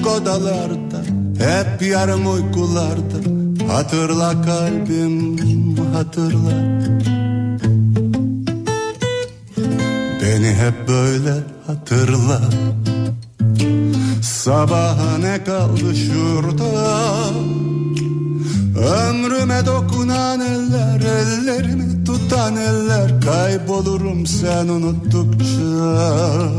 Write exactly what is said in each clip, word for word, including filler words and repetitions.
küçük odalarda, hep yarım uykularda. Hatırla kalbim, hatırla. Beni hep böyle hatırla. Sabaha ne kaldı şurada? Ömrüme dokunan eller, ellerimi tutan eller. Kaybolurum sen unuttukça.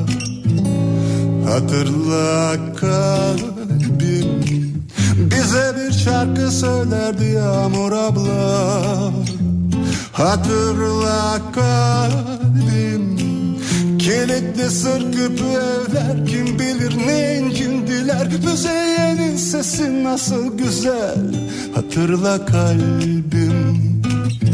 Hatırla kalbim, bize bir şarkı söylerdi Yağmur abla. Hatırla kalbim, kilitli sır küpü evler, kim bilir ne incindiler. Müzeyyenin sesi nasıl güzel. Hatırla kalbim,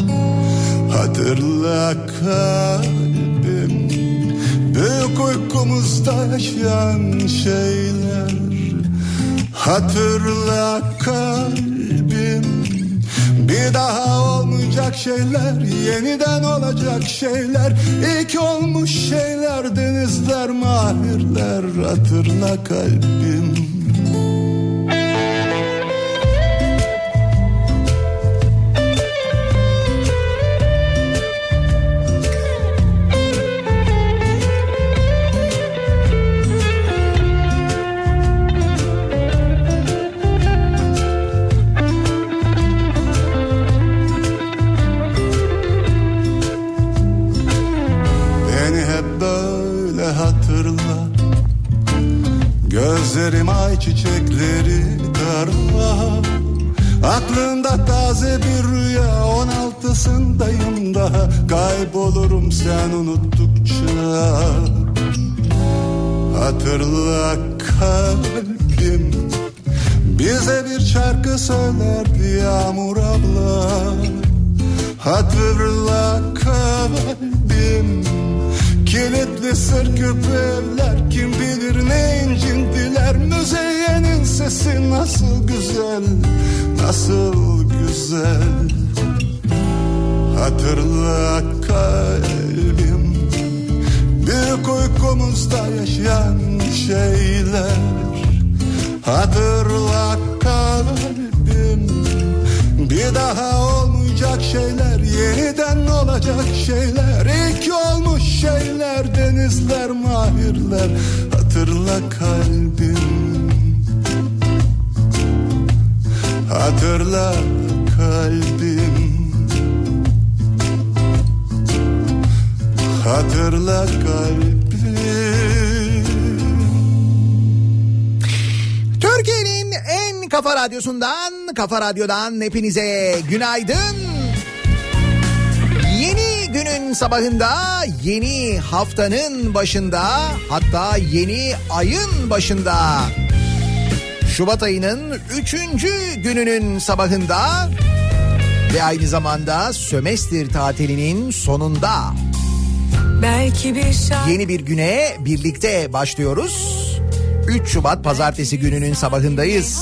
hatırla kalbim, büyük uykumuzda yaşayan şeyler. Hatırla kalbim, bir daha olmayacak şeyler, yeniden olacak şeyler. İlk olmuş şeyler, denizler, mahirler. Hatırla kalbim. Gözlerim ay çiçekleri tarla. Aklımda taze bir rüya, on altısındayım daha. Kaybolurum sen unuttukça. Hatırla kalbim, bize bir şarkı söylerdi Yağmur abla. Hatırla kalbim, kilitli sır küpü evler, kim bilir ne incindiler. Müzeyyenin sesi nasıl güzel, nasıl güzel. Hatırla kalbim, büyük uykumuzda yaşayan şeyler. Hatırla kalbim, bir daha olmayacak şeyler, yeniden olacak şeyler. İlk olmuş şeyler, denizler, mahirler. Hatırla kalbim, hatırla kalbim, hatırla kalbim. Türkiye'nin en kafa radyosundan, Kafa Radyo'dan hepinize günaydın. Yeni günün sabahında, yeni haftanın başında, hatta yeni ayın başında, Şubat ayının üçüncü gününün sabahında ve aynı zamanda sömestr tatilinin sonunda belki bir şarkı... yeni bir güne birlikte başlıyoruz. üç Şubat pazartesi gününün sabahındayız.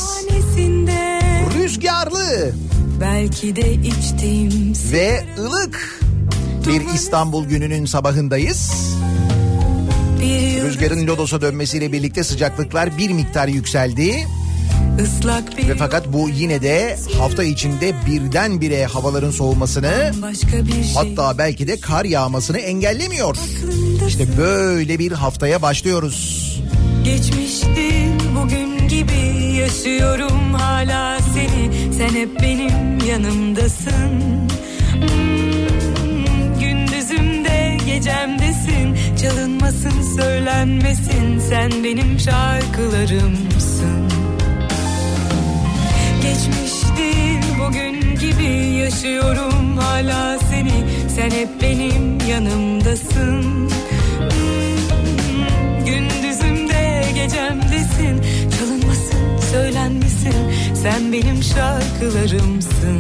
Rüzgarlı belki de içtiğim ve ılık bir İstanbul gününün sabahındayız. Rüzgarın lodosa dönmesiyle birlikte sıcaklıklar bir miktar yükseldi. Ve fakat bu yine de hafta içinde birdenbire havaların soğumasını, hatta belki de kar yağmasını engellemiyor. İşte böyle bir haftaya başlıyoruz. Geçmiştin bugün gibi yaşıyorum hala seni. Sen hep benim yanımdasın. Hmm, gündüzümde gecemdesin. Çalınmasın söylenmesin, sen benim şarkılarımsın. Geçmiştin bugün gibi yaşıyorum hala seni. Sen hep benim yanımdasın. Hmm, gündüzümde gecemdesin. Çalınmasın söylenmesin, sen benim şarkılarımsın.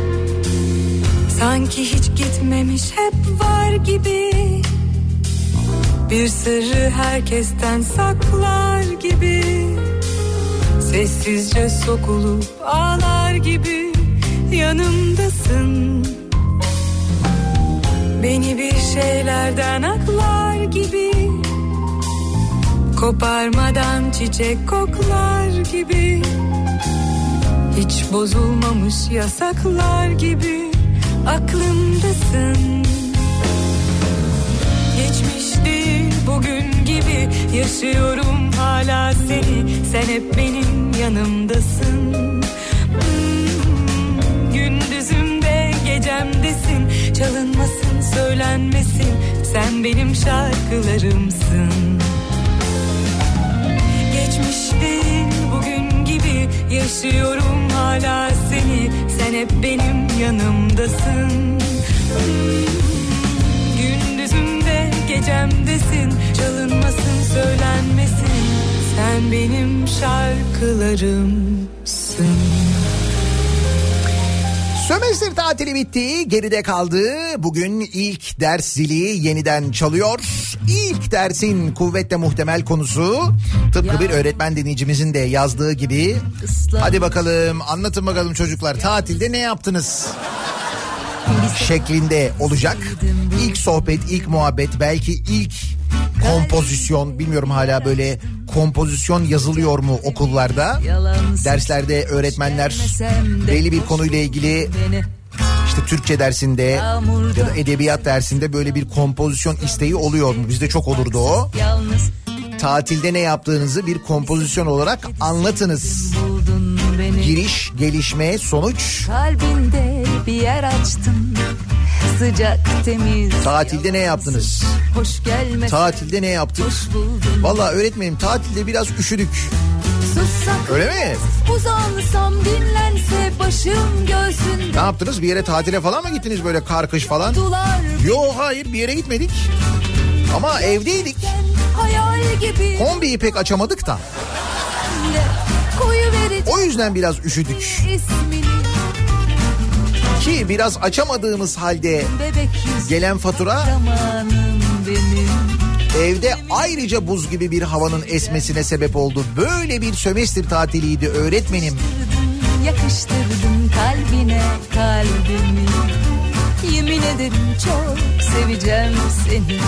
Sanki hiç gitmemiş, hep var gibi. Bir sırrı herkesten saklar gibi, sessizce sokulup ağlar gibi yanımdasın. Beni bir şeylerden aklar gibi, koparmadan çiçek koklar gibi, hiç bozulmamış yasaklar gibi aklımdasın. Geçmiş değil bugün gibi yaşıyorum hala seni, sen hep benim yanımdasın. Hmm, gündüzümde gecemdesin, çalınmasın söylenmesin, sen benim şarkılarımsın. Geçmiş değil bugün gibi yaşıyorum hala seni, sen hep benim yanımdasın. Hmm, gündüzümde gecemdesin, çalınmasın söylenmesin, sen benim şarkılarımsın. Sömestr tatili bitti, geride kaldı. Bugün ilk ders zili yeniden çalıyor. İlk dersin kuvvetle muhtemel konusu, tıpkı bir öğretmen dinleyicimizin de yazdığı gibi. Hadi bakalım anlatın bakalım çocuklar, tatilde ne yaptınız? Şeklinde olacak. İlk sohbet, ilk muhabbet, belki ilk kompozisyon, bilmiyorum hala böyle kompozisyon yazılıyor mu okullarda? Derslerde öğretmenler belli bir konuyla ilgili, işte Türkçe dersinde ya da edebiyat dersinde böyle bir kompozisyon isteği oluyor mu? Bizde çok olurdu o. Tatilde ne yaptığınızı bir kompozisyon olarak anlatınız. Giriş, gelişme, sonuç. Kalbinde bir yer açtın. Sıcak, temiz. Tatilde ne yaptınız? Hoş gelmesin. Tatilde ne yaptık? Vallahi öğretmenim tatilde biraz üşüdük. Sussak, öyle mi? Uzansam dinlense başım göğsünde. Ne yaptınız? Bir yere tatile falan mı gittiniz, böyle kar kış falan? Yo hayır, bir yere gitmedik. Ama evdeydik. Hayal gibi. Kombiyi pek açamadık da. O yüzden biraz üşüdük. İsmini. Ki biraz açamadığımız halde gelen fatura evde ayrıca buz gibi bir havanın esmesine sebep oldu. Böyle bir sömestr tatiliydi öğretmenim. Yakıştırdım kalbine kalbimi. Yemin ederim çok seveceğim seni.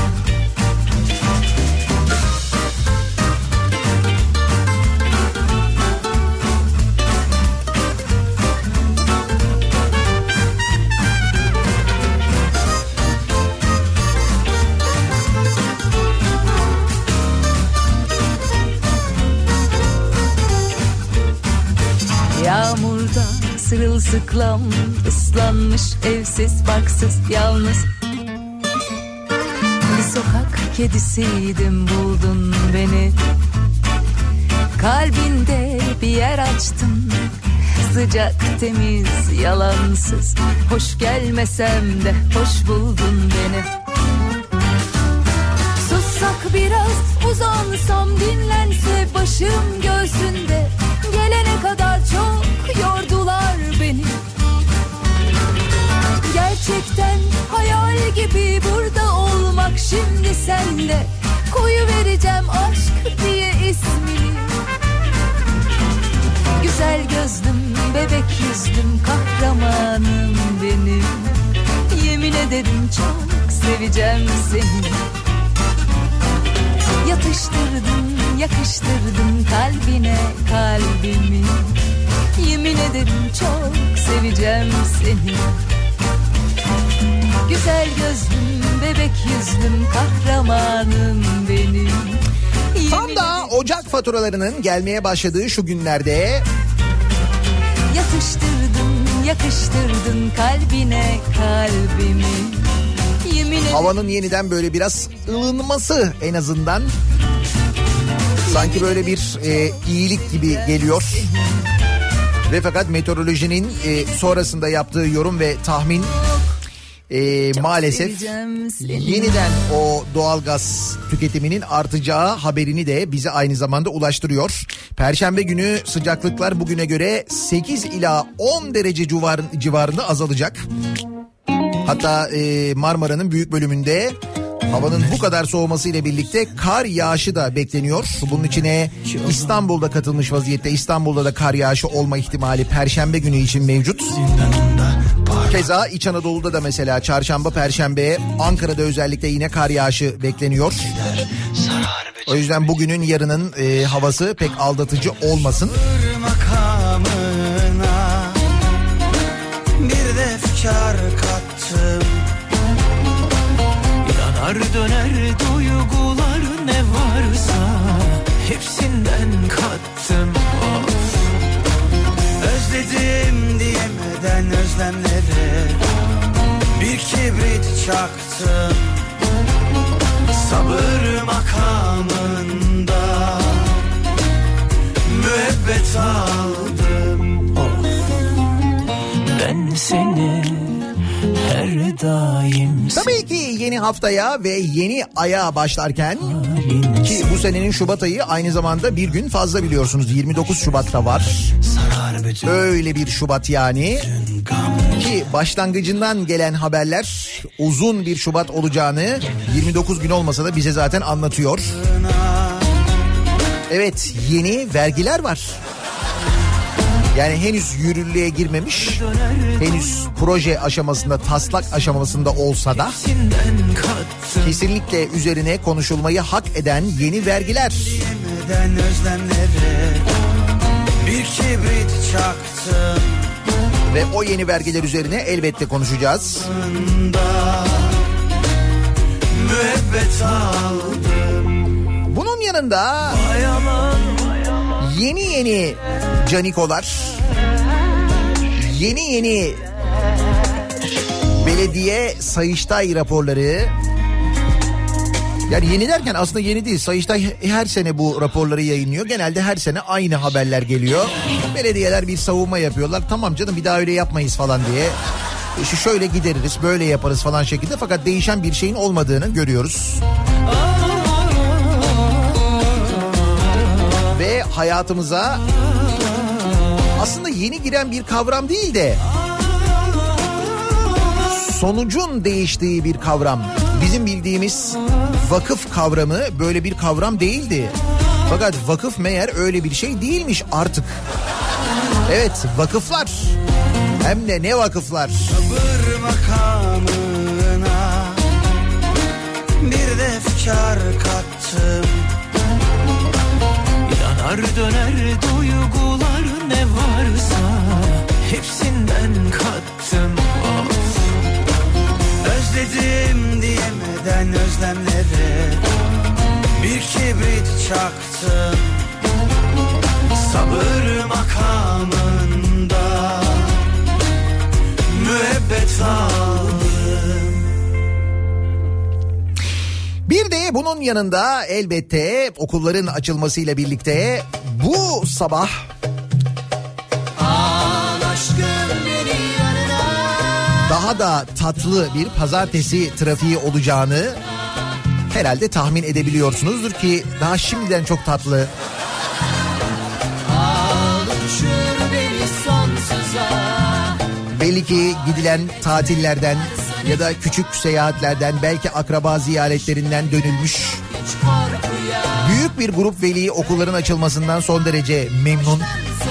Yağmurda sırılsıklam, ıslanmış, evsiz, barksız, yalnız. Bir sokak kedisiydim, buldun beni. Kalbinde bir yer açtın. Sıcak, temiz, yalansız. Hoş gelmesem de hoş buldun beni. Sussak biraz, uzansam dinlense başım göğsünde. Gelene kadar çok yordular beni. Gerçekten hayal gibi burada olmak şimdi sende. Koyuvereceğim aşk diye ismini. Güzel gözlüm, bebek yüzlüm, kahramanım benim. Yemin ederim çok seveceğim seni. Yatıştırdım, yakıştırdım kalbine kalbimi. Yemin ederim çok seveceğim seni. Güzel gözlüm, bebek yüzlüm, kahramanım benim. Yemin Tam da ocak faturalarının gelmeye başladığı şu günlerde yatıştırdım, yakıştırdım kalbine kalbimi. Yemin havanın yeniden böyle biraz ılınması en azından sanki böyle bir e, iyilik gibi geliyor. Ve fakat meteorolojinin e, sonrasında yaptığı yorum ve tahmin e, maalesef yeniden o doğalgaz tüketiminin artacağı haberini de bize aynı zamanda ulaştırıyor. Perşembe günü sıcaklıklar bugüne göre sekiz ila on derece civarında azalacak. Hatta e, Marmara'nın büyük bölümünde Havanın bu kadar soğumasıyla birlikte kar yağışı da bekleniyor. Bunun içine İstanbul'da katılmış vaziyette. İstanbul'da da kar yağışı olma ihtimali Perşembe günü için mevcut. Keza İç Anadolu'da da mesela çarşamba, perşembe, Ankara'da özellikle yine kar yağışı bekleniyor. O yüzden bugünün yarının e, havası pek aldatıcı olmasın. Bir de efkar kattım. Yanar döner duygular ne varsa hepsinden kattım. Of. Özledim diyemeden özlemlere bir kibrit çaktım. Sabır makamında müebbet aldım. Of. Ben seni her daim... Tabii ki yeni haftaya ve yeni aya başlarken, ki bu senenin Şubat ayı aynı zamanda bir gün fazla biliyorsunuz, yirmi dokuz Şubat'ta var. Öyle bir Şubat yani ki başlangıcından gelen haberler uzun bir Şubat olacağını yirmi dokuz gün olmasa da bize zaten anlatıyor. Evet, yeni vergiler var. Yani henüz yürürlüğe girmemiş, henüz proje aşamasında, taslak aşamasında olsa da kesinlikle üzerine konuşulmayı hak eden yeni vergiler. Bir kibrit çaktım. Ve o yeni vergiler üzerine elbette konuşacağız. Müebbet aldım. Bunun yanında yeni yeni canikolar, yeni yeni belediye Sayıştay raporları. Yani yeni derken aslında yeni değil. Sayıştay her sene bu raporları yayınlıyor. Genelde her sene aynı haberler geliyor. Belediyeler bir savunma yapıyorlar. Tamam canım, bir daha öyle yapmayız falan diye. İşte şöyle gideririz, böyle yaparız falan şekilde. Fakat değişen bir şeyin olmadığını görüyoruz. Ve hayatımıza aslında yeni giren bir kavram değil de sonucun değiştiği bir kavram. Bizim bildiğimiz vakıf kavramı böyle bir kavram değildi. Fakat vakıf meğer öyle bir şey değilmiş artık. Evet, vakıflar. Hem de ne vakıflar. Sabır makamına bir de efkar kattım. Yanar döner duygular ne varsa hepsinden kattım. Of. Özledim diyemeden özlemlere bir kibrit çaktım. Sabır makamında müebbet aldım. Bir de bunun yanında elbette okulların açılmasıyla birlikte bu sabah daha da tatlı bir pazartesi trafiği olacağını herhalde tahmin edebiliyorsunuzdur ki daha şimdiden çok tatlı. Belli ki gidilen tatillerden ya da küçük seyahatlerden, belki akraba ziyaretlerinden dönülmüş. Büyük bir grup veli okulların açılmasından son derece memnun.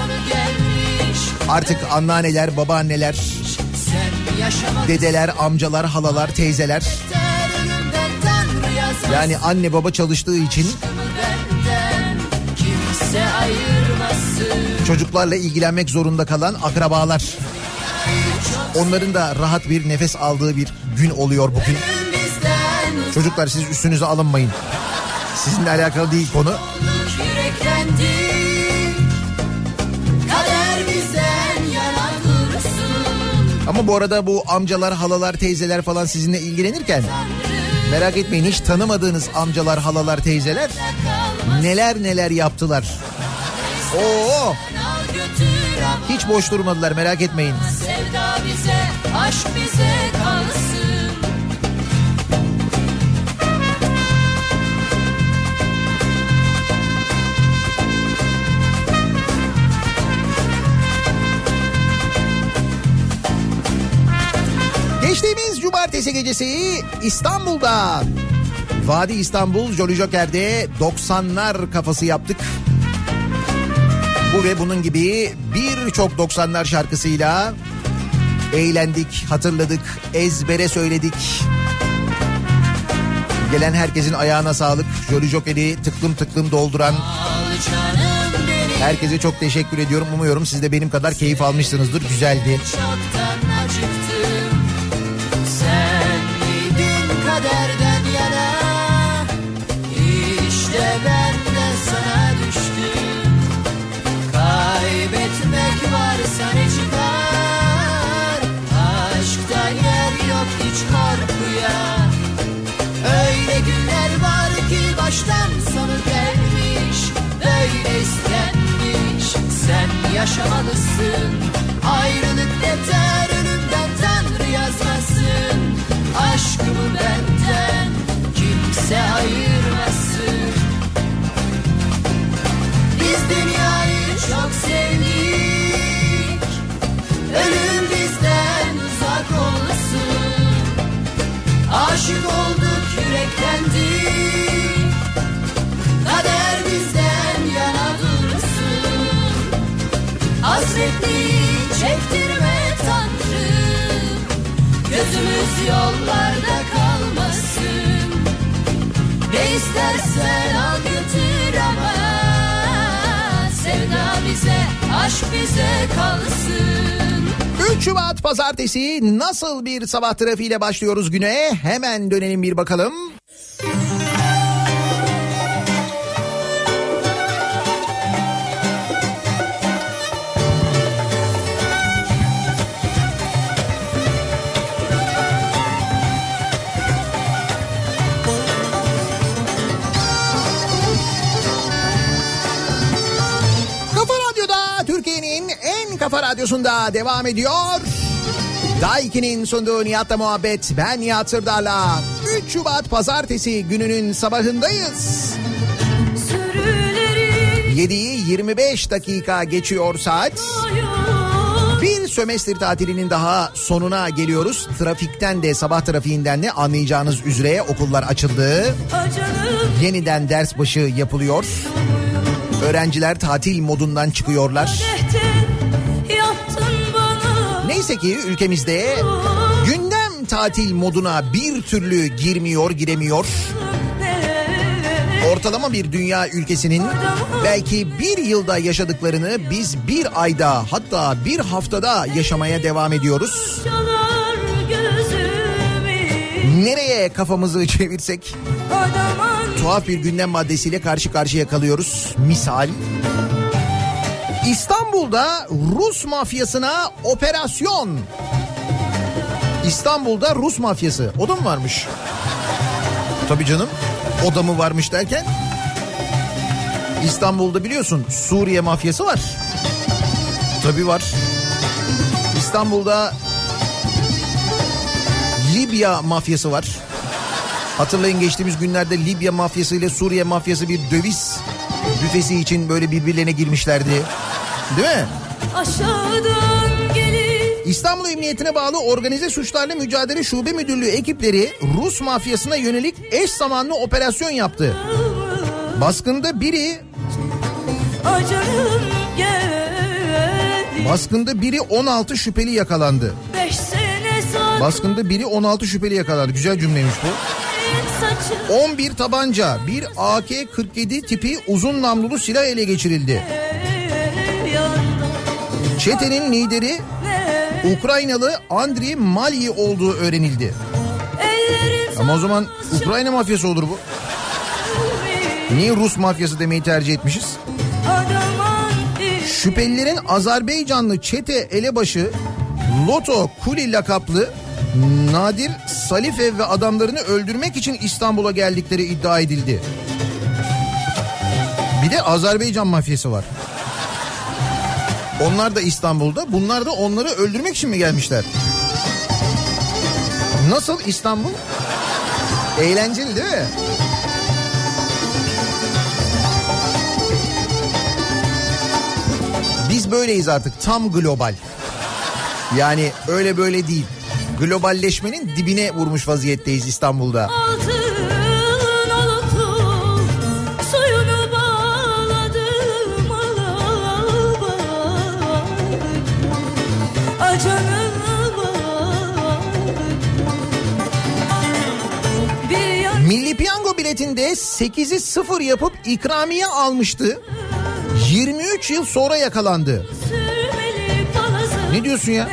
Artık anneanneler, babaanneler, dedeler, amcalar, halalar, teyzeler, yani anne baba çalıştığı için çocuklarla ilgilenmek zorunda kalan akrabalar, onların da rahat bir nefes aldığı bir gün oluyor bugün. Çocuklar, siz üstünüze alınmayın. Sizinle alakalı değil konu. Ama bu arada bu amcalar, halalar, teyzeler falan sizinle ilgilenirken merak etmeyin, hiç tanımadığınız amcalar, halalar, teyzeler neler neler yaptılar. Oo! Hiç boş durmadılar, merak etmeyin. Sevda bize, aşk bize kalsın. Geçtiğimiz cumartesi gecesi İstanbul'da Vadi İstanbul Jolly Joker'de doksanlar kafası yaptık. Bu ve bunun gibi birçok doksanlar şarkısıyla eğlendik, hatırladık, ezbere söyledik. Gelen herkesin ayağına sağlık. Jolly Joker'i tıklım tıklım dolduran herkese çok teşekkür ediyorum. Umuyorum siz de benim kadar keyif almışsınızdır. Güzeldi. Sen miydin kaderden yana? İşte ben de sana düştüm. Kaybetmek varsa ne çıkar? Aşkta yer yok hiç korkuya. Öyle günler var ki baştan sonu gelmiş. Böyle istenmiş. Sen yaşamalısın. Ayrılık yeter, ölümden Tanrı yazmasın. Aşkımı benden kimse ayırmasın. Biz dünyayı çok sevdik. Ölüm bizden uzak olsun. Aşık olduk, yüreklendik. Kader bizden yana dursun. Hasretliği çektirme Tanrım. Gözümüz yollarda kalmasın. Ne istersen al götür ama sevda bize, aşk bize kalsın. üç Şubat Pazartesi nasıl bir sabah trafiğiyle başlıyoruz güne? Hemen dönelim bir bakalım. Kafa Radyosu'nda devam ediyor. Daiki'nin sunduğu Nihat'la muhabbet. Ben Nihat Sırdar'la. üç Şubat Pazartesi gününün sabahındayız. yediyi yirmi beş dakika geçiyor saat. Bir sömestr tatilinin daha sonuna geliyoruz. Trafikten de, sabah trafiğinden de anlayacağınız üzere okullar açıldı. Yeniden ders başı yapılıyor. Öğrenciler tatil modundan çıkıyorlar. Neyse ki ülkemizde gündem tatil moduna bir türlü girmiyor, giremiyor. Ortalama bir dünya ülkesinin belki bir yılda yaşadıklarını biz bir ayda, hatta bir haftada yaşamaya devam ediyoruz. Nereye kafamızı çevirsek tuhaf bir gündem maddesiyle karşı karşıya kalıyoruz. Misal İstanbul'da Rus mafyasına operasyon. İstanbul'da Rus mafyası. O da mı varmış? Tabii canım. O da mı varmış derken? İstanbul'da biliyorsun Suriye mafyası var. Tabii var. İstanbul'da Libya mafyası var. Hatırlayın, geçtiğimiz günlerde Libya mafyası ile Suriye mafyası bir döviz büfesi için böyle birbirlerine girmişlerdi. Değil mi? İstanbul Emniyetine bağlı Organize Suçlarla Mücadele Şube Müdürlüğü ekipleri Rus mafyasına yönelik eş zamanlı operasyon yaptı. Baskında biri Baskında biri on altı şüpheli yakalandı. Baskında biri on altı şüpheli yakalandı. Güzel cümleymiş bu. on bir tabanca, bir A K kırk yedi tipi uzun namlulu silah ele geçirildi. Çetenin lideri Ukraynalı Andriy Malyi olduğu öğrenildi. Ama o zaman Ukrayna mafyası olur bu. Niye Rus mafyası demeyi tercih etmişiz? Şüphelilerin Azerbaycanlı çete elebaşı Loto Kuli lakaplı Nadir Salifev ve adamlarını öldürmek için İstanbul'a geldikleri iddia edildi. Bir de Azerbaycan mafyası var. Onlar da İstanbul'da, bunlar da onları öldürmek için mi gelmişler? Nasıl İstanbul? Eğlenceli değil mi? Biz böyleyiz artık, tam global. Yani öyle böyle değil. Globalleşmenin dibine vurmuş vaziyetteyiz İstanbul'da. biletinde sekizi sıfır yapıp ikramiye almıştı. yirmi üç yıl sonra yakalandı. Ne diyorsun ya?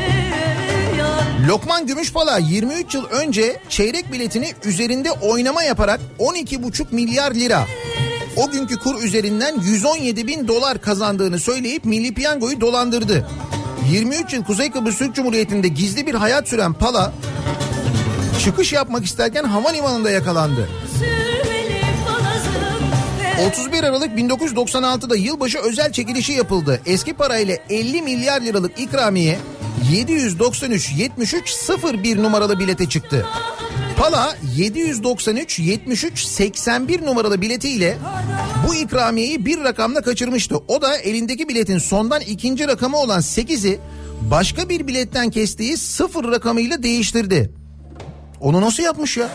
Lokman Gümüşpala yirmi üç yıl önce çeyrek biletini üzerinde oynama yaparak on iki buçuk milyar lira, o günkü kur üzerinden yüz on yedi bin dolar kazandığını söyleyip Milli Piyango'yu dolandırdı. yirmi üç yıl Kuzey Kıbrıs Türk Cumhuriyeti'nde gizli bir hayat süren Pala çıkış yapmak isterken havalimanında yakalandı. otuz bir Aralık bin dokuz yüz doksan altıda yılbaşı özel çekilişi yapıldı. Eski parayla elli milyar liralık ikramiye yedi yüz doksan üç yetmiş üç sıfır bir numaralı bilete çıktı. Pala yedi yüz doksan üç yetmiş üç seksen bir numaralı biletiyle bu ikramiyeyi bir rakamla kaçırmıştı. O da elindeki biletin sondan ikinci rakamı olan sekizi başka bir biletten kestiği sıfır rakamıyla değiştirdi. Onu nasıl yapmış ya?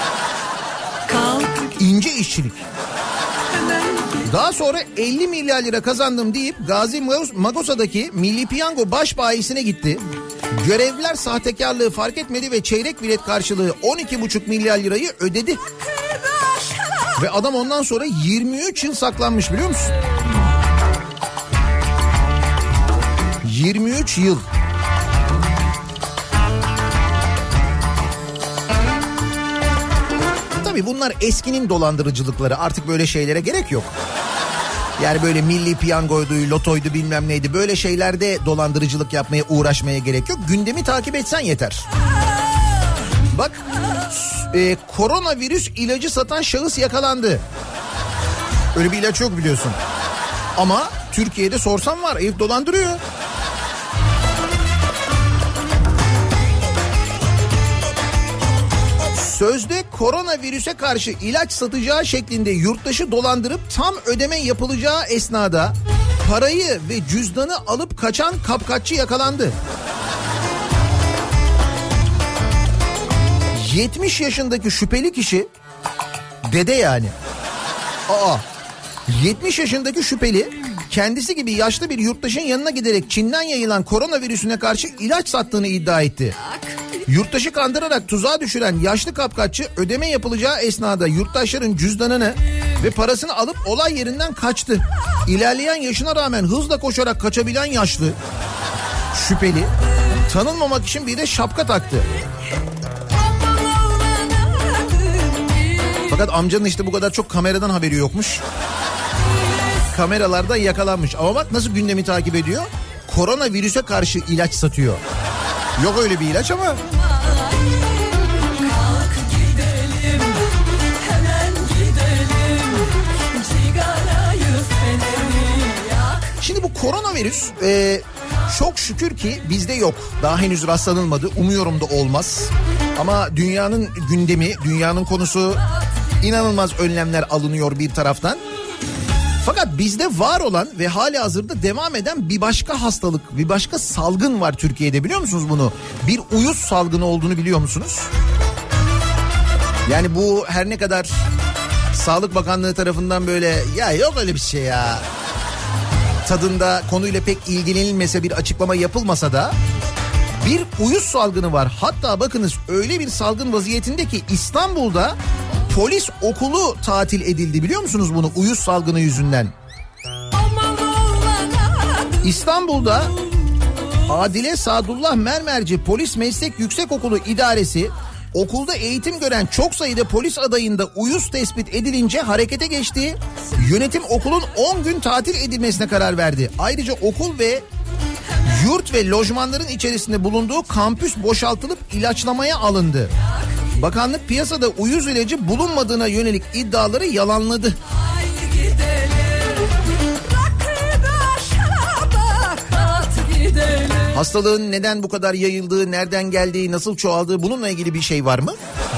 İnce işçilik. Daha sonra elli milyar lira kazandım deyip Gazi Magosa'daki Milli Piyango baş bayisine gitti. Görevliler sahtekarlığı fark etmedi ve çeyrek bilet karşılığı on iki buçuk milyar lirayı ödedi. Ve adam ondan sonra yirmi üç yıl saklanmış, biliyor musun? yirmi üç yıl. Tabii bunlar eskinin dolandırıcılıkları, artık böyle şeylere gerek yok. Yani böyle Milli Piyangoydu, lotoydu, bilmem neydi, böyle şeylerde dolandırıcılık yapmaya, uğraşmaya gerek yok. Gündemi takip etsen yeter. Bak, e, koronavirüs ilacı satan şahıs yakalandı. Öyle bir ilaç yok biliyorsun. Ama Türkiye'de sorsam var, herif dolandırıyor. Sözde koronavirüse karşı ilaç satacağı şeklinde yurttaşı dolandırıp tam ödeme yapılacağı esnada parayı ve cüzdanı alıp kaçan kapkaççı yakalandı. yetmiş yaşındaki şüpheli kişi, dede yani. Aa, yetmiş yaşındaki şüpheli kendisi gibi yaşlı bir yurttaşın yanına giderek Çin'den yayılan koronavirüsüne karşı ilaç sattığını iddia etti. Yurttaşı kandırarak tuzağa düşüren yaşlı kapkaççı ödeme yapılacağı esnada yurttaşların cüzdanını ve parasını alıp olay yerinden kaçtı. İlerleyen yaşına rağmen hızla koşarak kaçabilen yaşlı şüpheli tanınmamak için bir de şapka taktı. Fakat amcanın işte bu kadar çok kameradan haberi yokmuş. Kameralardan yakalanmış. Ama bak nasıl gündemi takip ediyor. Koronavirüse karşı ilaç satıyor. Yok öyle bir ilaç ama. Şimdi bu koronavirüs e, çok şükür ki bizde yok. Daha henüz rastlanılmadı. Umuyorum da olmaz. Ama dünyanın gündemi, dünyanın konusu, inanılmaz önlemler alınıyor bir taraftan. Fakat bizde var olan ve halihazırda devam eden bir başka hastalık, bir başka salgın var Türkiye'de, biliyor musunuz bunu? Bir uyuz salgını olduğunu biliyor musunuz? Yani bu her ne kadar Sağlık Bakanlığı tarafından böyle ya yok öyle bir şey ya tadında konuyla pek ilgilenilmese, bir açıklama yapılmasa da bir uyuz salgını var. Hatta bakınız öyle bir salgın vaziyetinde ki İstanbul'da polis okulu tatil edildi, biliyor musunuz bunu, uyuz salgını yüzünden? İstanbul'da Adile Sadullah Mermerci Polis Meslek Yüksekokulu İdaresi okulda eğitim gören çok sayıda polis adayında uyuz tespit edilince harekete geçti. Yönetim okulun on gün tatil edilmesine karar verdi. Ayrıca okul ve yurt ve lojmanların içerisinde bulunduğu kampüs boşaltılıp ilaçlamaya alındı. Bakanlık piyasada uyuz ilacı bulunmadığına yönelik iddiaları yalanladı. Hastalığın neden bu kadar yayıldığı, nereden geldiği, nasıl çoğaldığı, bununla ilgili bir şey var mı?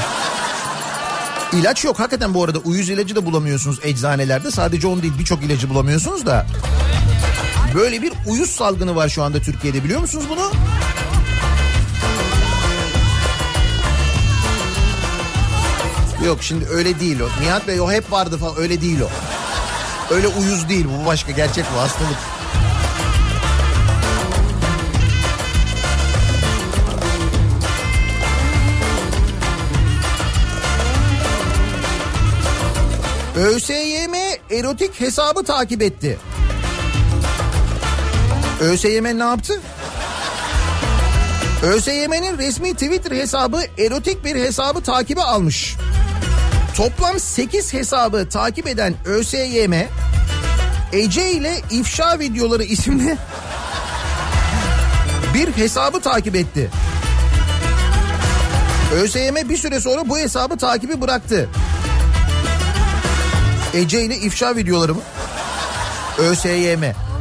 İlaç yok. Hakikaten bu arada uyuz ilacı da bulamıyorsunuz eczanelerde. Sadece onu değil, birçok ilacı bulamıyorsunuz da. Böyle bir uyuz salgını var şu anda Türkiye'de, biliyor musunuz bunu? Yok şimdi öyle değil o. Nihat Bey o hep vardı falan, öyle değil o. Öyle uyuz değil bu, başka, gerçek bu hastalık. ÖSYM erotik hesabı takip etti. ÖSYM ne yaptı? ÖSYM'nin resmi Twitter hesabı erotik bir hesabı takibe almış. Toplam sekiz hesabı takip eden ÖSYM, Ece ile ifşa videoları isimli bir hesabı takip etti. ÖSYM bir süre sonra bu hesabı takibi bıraktı. Ece ile ifşa videoları mı? ÖSYM.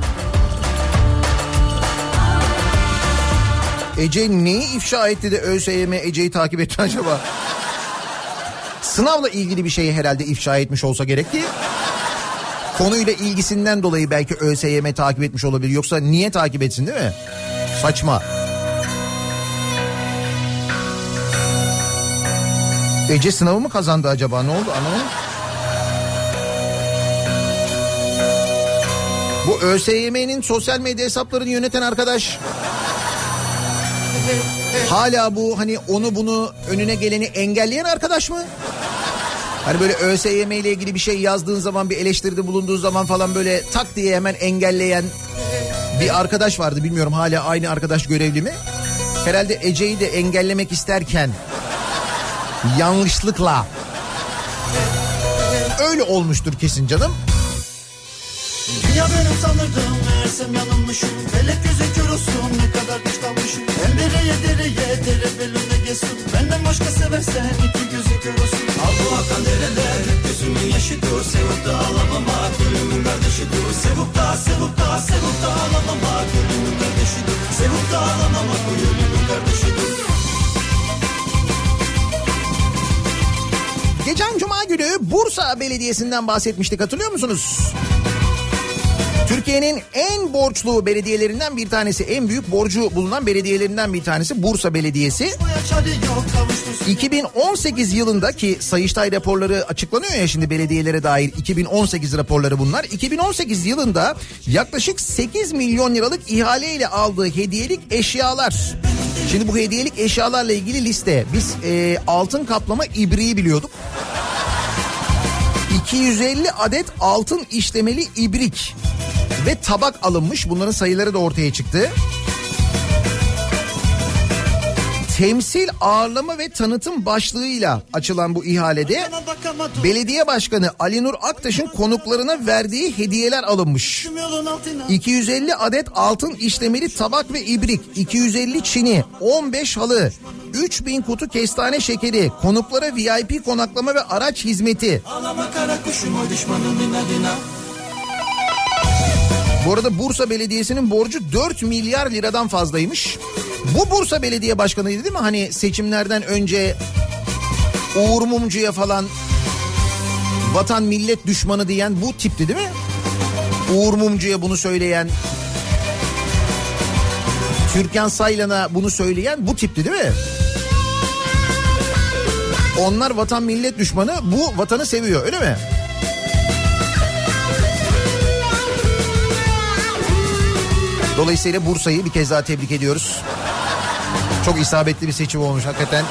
Ece neyi ifşa etti de ÖSYM Ece'yi takip etti acaba? Sınavla ilgili bir şeyi herhalde ifşa etmiş olsa gerek ki. Konuyla ilgisinden dolayı belki ÖSYM takip etmiş olabilir. Yoksa niye takip etsin, değil mi? Saçma. Ece sınavı mı kazandı acaba? Ne oldu? Anlamadım. Bu ÖSYM'nin sosyal medya hesaplarını yöneten arkadaş hala bu hani onu bunu önüne geleni engelleyen arkadaş mı? Hani böyle ÖSYM ile ilgili bir şey yazdığın zaman, bir eleştiride bulunduğun zaman falan böyle tak diye hemen engelleyen bir arkadaş vardı. Bilmiyorum hala aynı arkadaş görevli mi? Herhalde Ece'yi de engellemek isterken yanlışlıkla öyle olmuştur kesin canım. Ya benim sanırdım meğersem yanılmışım. Felek yüzü kör olsun ne kadar geç kalmışım. Hem dereye dereye dere belirle geçsin. Benden başka seversen iki gözü kör olsun. Al bu akan dereler hep gözümün yaşıdır. Sevip de ağlamamak ölümün kardeşidir. Sevip de sevip de sevip de ağlamamak ölümün kardeşidir. Sevip de ağlamamak ölümün kardeşidir. Geçen Cuma günü Bursa Belediyesi'nden bahsetmiştik, hatırlıyor musunuz? Türkiye'nin en borçlu belediyelerinden bir tanesi, en büyük borcu bulunan belediyelerinden bir tanesi Bursa Belediyesi. iki bin on sekiz yılında, ki Sayıştay raporları açıklanıyor ya şimdi belediyelere dair, iki bin on sekiz raporları bunlar. iki bin on sekiz yılında yaklaşık sekiz milyon liralık ihaleyle aldığı hediyelik eşyalar. Şimdi bu hediyelik eşyalarla ilgili liste, biz e, altın kaplama ibriği biliyorduk. iki yüz elli adet altın işlemeli ibrik ve tabak alınmış. Bunların sayıları da ortaya çıktı. Temsil, ağırlama ve tanıtım başlığıyla açılan bu ihalede belediye başkanı Ali Nur Aktaş'ın konuklarına verdiği hediyeler alınmış. iki yüz elli adet altın işlemeli tabak ve ibrik, iki yüz elli çini, on beş halı, üç bin kutu kestane şekeri, konuklara V I P konaklama ve araç hizmeti. Bu arada Bursa Belediyesi'nin borcu dört milyar liradan fazlaymış. Bu Bursa Belediye Başkanı'ydı değil mi? Hani seçimlerden önce Uğur Mumcu'ya falan vatan millet düşmanı diyen bu tipti değil mi? Uğur Mumcu'ya bunu söyleyen, Türkan Saylan'a bunu söyleyen bu tipti değil mi? Onlar vatan millet düşmanı, bu vatanı seviyor, öyle mi? Dolayısıyla Bursa'yı bir kez daha tebrik ediyoruz. Çok isabetli bir seçim olmuş hakikaten.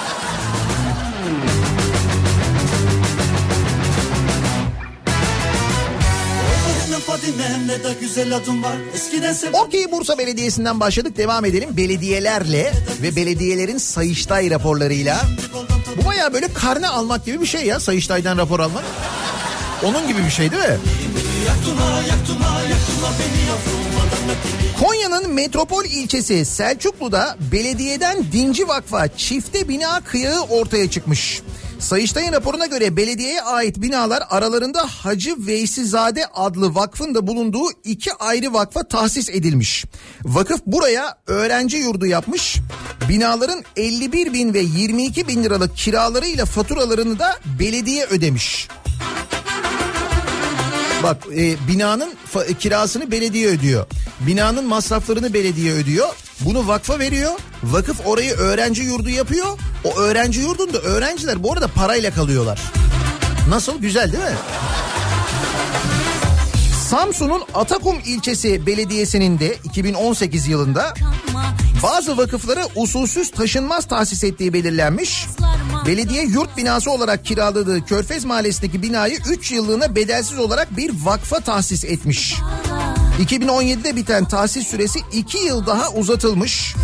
Okey, Bursa Belediyesi'nden başladık, devam edelim belediyelerle ve belediyelerin Sayıştay raporlarıyla. Bu bayağı böyle karne almak gibi bir şey ya, Sayıştay'dan rapor almak. Onun gibi bir şey değil mi? Konya'nın metropol ilçesi Selçuklu'da belediyeden Dinci Vakf'a çifte bina kıyağı ortaya çıkmış. Sayıştay'ın raporuna göre belediyeye ait binalar aralarında Hacı Veysizade adlı vakfın da bulunduğu iki ayrı vakfa tahsis edilmiş. Vakıf buraya öğrenci yurdu yapmış. Binaların elli bir bin ve yirmi iki bin liralık kiralarıyla faturalarını da belediye ödemiş. Bak e, binanın fa- kirasını belediye ödüyor. Binanın masraflarını belediye ödüyor. Bunu vakfa veriyor. Vakıf orayı öğrenci yurdu yapıyor. O öğrenci yurdunda öğrenciler bu arada parayla kalıyorlar. Nasıl? Güzel değil mi? Samsun'un Atakum ilçesi belediyesinin de iki bin on sekiz yılında bazı vakıflara usulsüz taşınmaz tahsis ettiği belirlenmiş. Belediye yurt binası olarak kiraladığı Körfez Mahallesi'ndeki binayı üç yıllığına bedelsiz olarak bir vakfa tahsis etmiş. iki bin on yedide biten tahsis süresi iki yıl daha uzatılmış.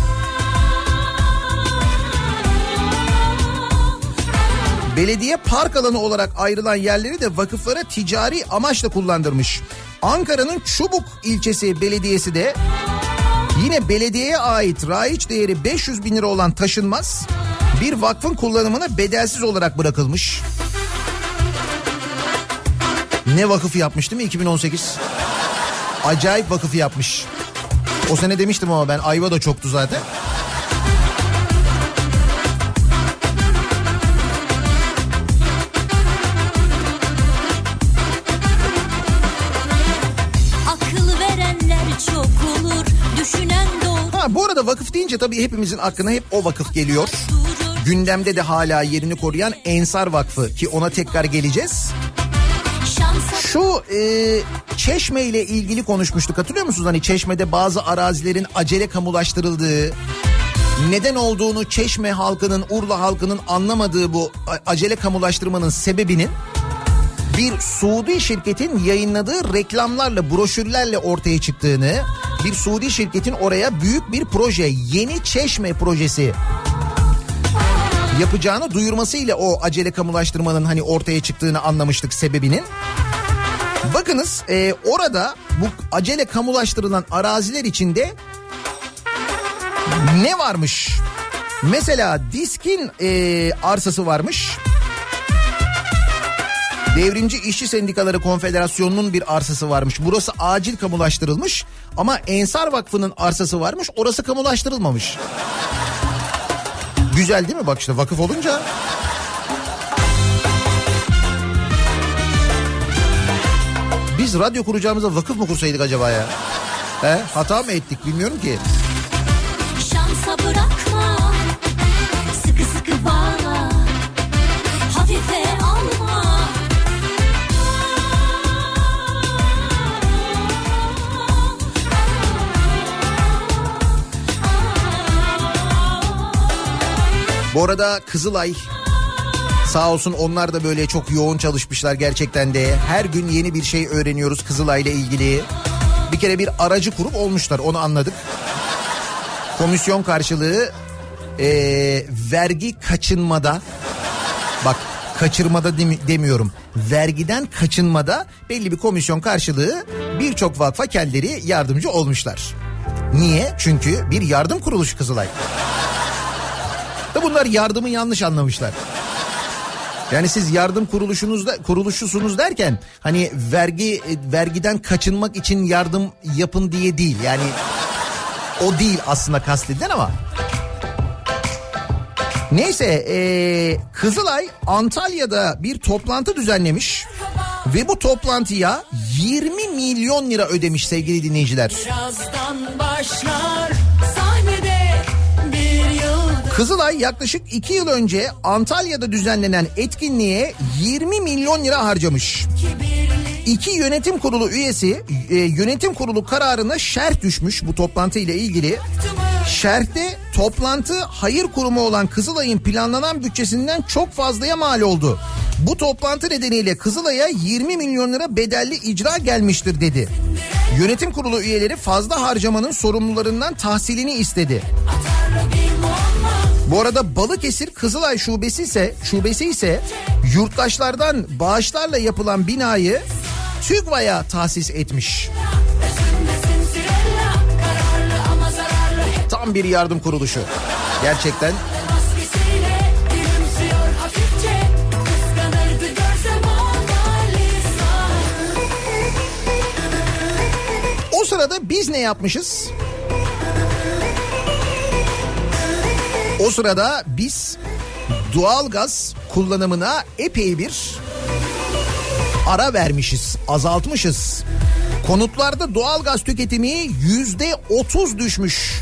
Belediye park alanı olarak ayrılan yerleri de vakıflara ticari amaçla kullandırmış. Ankara'nın Çubuk ilçesi belediyesi de yine belediyeye ait raiç değeri beş yüz bin lira olan taşınmaz bir vakfın kullanımına bedelsiz olarak bırakılmış. Ne vakıfı yapmış değil mi iki bin on sekiz? Acayip vakıfı yapmış. O sene demiştim ama ben, ayva da çoktu zaten. Ha, bu arada vakıf deyince tabii hepimizin aklına hep o vakıf geliyor. Gündemde de hala yerini koruyan Ensar Vakfı, ki ona tekrar geleceğiz. Şu e, Çeşme ile ilgili konuşmuştuk, hatırlıyor musunuz? Hani Çeşme'de bazı arazilerin acele kamulaştırıldığı, neden olduğunu Çeşme halkının, Urla halkının anlamadığı bu acele kamulaştırmanın sebebinin bir Suudi şirketin yayınladığı reklamlarla, broşürlerle ortaya çıktığını, bir Suudi şirketin oraya büyük bir proje, Yeni Çeşme projesi yapacağını duyurmasıyla o acele kamulaştırmanın hani ortaya çıktığını anlamıştık sebebinin. Bakınız e, orada bu acele kamulaştırılan araziler içinde ne varmış? Mesela Disk'in e, arsası varmış. Devrimci İşçi Sendikaları Konfederasyonu'nun bir arsası varmış. Burası acil kamulaştırılmış ama Ensar Vakfı'nın arsası varmış. Orası kamulaştırılmamış. Güzel değil mi? Bak işte vakıf olunca. Biz radyo kuracağımıza vakıf mı kursaydık acaba ya? He? Hata mı ettik bilmiyorum ki. Şansa bırakma, sıkı sıkı bağla, hafife alma. Bu arada Kızılay sağ olsun, onlar da böyle çok yoğun çalışmışlar gerçekten de. Her gün yeni bir şey öğreniyoruz Kızılay'la ilgili. Bir kere bir aracı kurup olmuşlar, onu anladık. Komisyon karşılığı e, vergi kaçınmada, bak kaçırmada demiyorum, vergiden kaçınmada belli bir komisyon karşılığı birçok vakfa kendileri yardımcı olmuşlar. Niye? Çünkü bir yardım kuruluşu Kızılay. Da bunlar yardımı yanlış anlamışlar. Yani siz yardım kuruluşunuzda kuruluşusunuz derken hani vergi vergiden kaçınmak için yardım yapın diye değil. Yani o değil aslında kastedilen ama. Neyse ee, Kızılay Antalya'da bir toplantı düzenlemiş ve bu toplantıya yirmi milyon lira ödemiş sevgili dinleyiciler. Birazdan başlar sahnede bir yıl. Kızılay yaklaşık iki yıl önce Antalya'da düzenlenen etkinliğe yirmi milyon lira harcamış. İki yönetim kurulu üyesi e, yönetim kurulu kararına şerh düşmüş bu toplantı ile ilgili. Şerhte toplantı hayır kurumu olan Kızılay'ın planlanan bütçesinden çok fazlaya mal oldu. Bu toplantı nedeniyle Kızılay'a yirmi milyon lira bedelli icra gelmiştir dedi. Yönetim kurulu üyeleri fazla harcamanın sorumlularından tahsilini istedi. Bu arada Balıkesir Kızılay şubesi ise şubesi ise yurttaşlardan bağışlarla yapılan binayı TÜGVA'ya tahsis etmiş. Tam bir yardım kuruluşu. Gerçekten. O sırada biz ne yapmışız? O sırada biz doğalgaz kullanımına epey bir ara vermişiz, azaltmışız. Konutlarda doğalgaz tüketimi yüzde otuz düşmüş.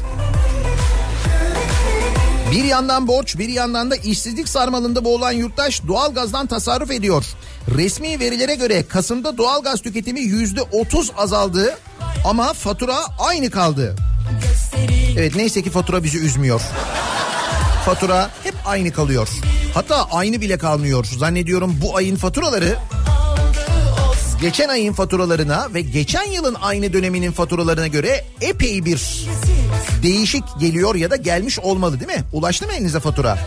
Bir yandan borç, bir yandan da işsizlik sarmalında boğulan yurttaş doğalgazdan tasarruf ediyor. Resmi verilere göre Kasım'da doğalgaz tüketimi yüzde otuz azaldı ama fatura aynı kaldı. Evet, neyse ki fatura bizi üzmüyor. Fatura hep aynı kalıyor. Hatta aynı bile kalmıyor. Zannediyorum bu ayın faturaları geçen ayın faturalarına ve geçen yılın aynı döneminin faturalarına göre epey bir değişik geliyor ya da gelmiş olmalı, değil mi? Ulaştı mı elinize fatura?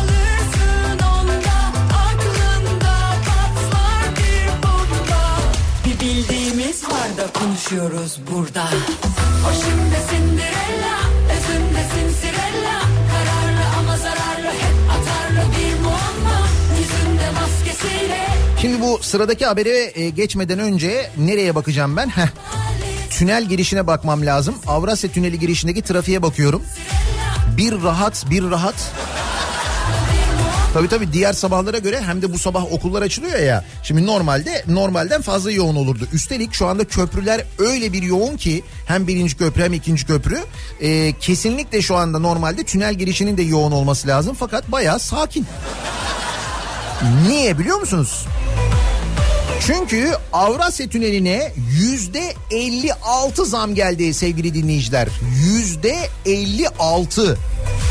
Bir bildiğimiz var da konuşuyoruz burada. O şimdi Cinderella, özünde Cinderella. Kararlı ama zararlı, hep atarlı bir muamma. Yüzünde maskesiyle. Şimdi bu sıradaki habere e, geçmeden önce nereye bakacağım ben? Heh. Tünel girişine bakmam lazım. Avrasya Tüneli girişindeki trafiğe bakıyorum. Bir rahat, bir rahat. Tabii tabii diğer sabahlara göre hem de bu sabah okullar açılıyor ya. Şimdi normalde normalden fazla yoğun olurdu. Üstelik şu anda köprüler öyle bir yoğun ki hem birinci köprü hem ikinci köprü. E, kesinlikle şu anda normalde tünel girişinin de yoğun olması lazım. Fakat bayağı sakin. Niye biliyor musunuz? Çünkü Avrasya Tüneli'ne yüzde elli altı zam geldi sevgili dinleyiciler. Yüzde elli altı.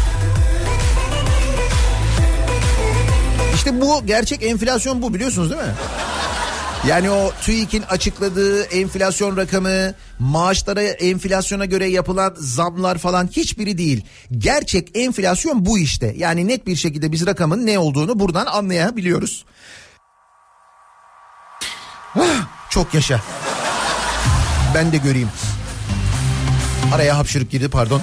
İşte bu gerçek enflasyon, bu biliyorsunuz değil mi? Yani o TÜİK'in açıkladığı enflasyon rakamı, maaşlara enflasyona göre yapılan zamlar falan hiçbiri değil. Gerçek enflasyon bu işte. Yani net bir şekilde biz rakamın ne olduğunu buradan anlayabiliyoruz. Çok yaşa. Ben de göreyim. Araya hapşırık girdi, pardon.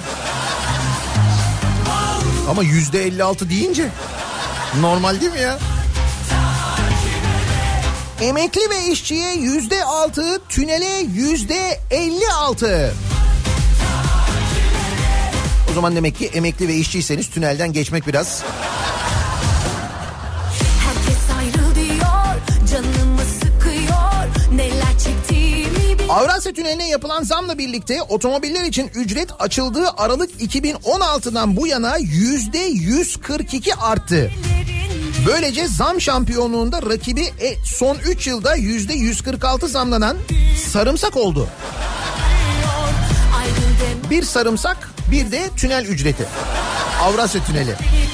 Ama yüzde elli altı deyince normal değil mi ya? Emekli ve işçiye yüzde altı, tünele yüzde elli altı. O zaman demek ki emekli ve işçiyseniz tünelden geçmek biraz... Avrasya Tüneli'ne yapılan zamla birlikte otomobiller için ücret açıldığı Aralık iki bin on altıdan bu yana yüzde yüz kırk iki arttı. Böylece zam şampiyonluğunda rakibi son üç yılda yüzde yüz kırk altı zamlanan sarımsak oldu. Bir sarımsak, bir de tünel ücreti. Avrasya Tüneli.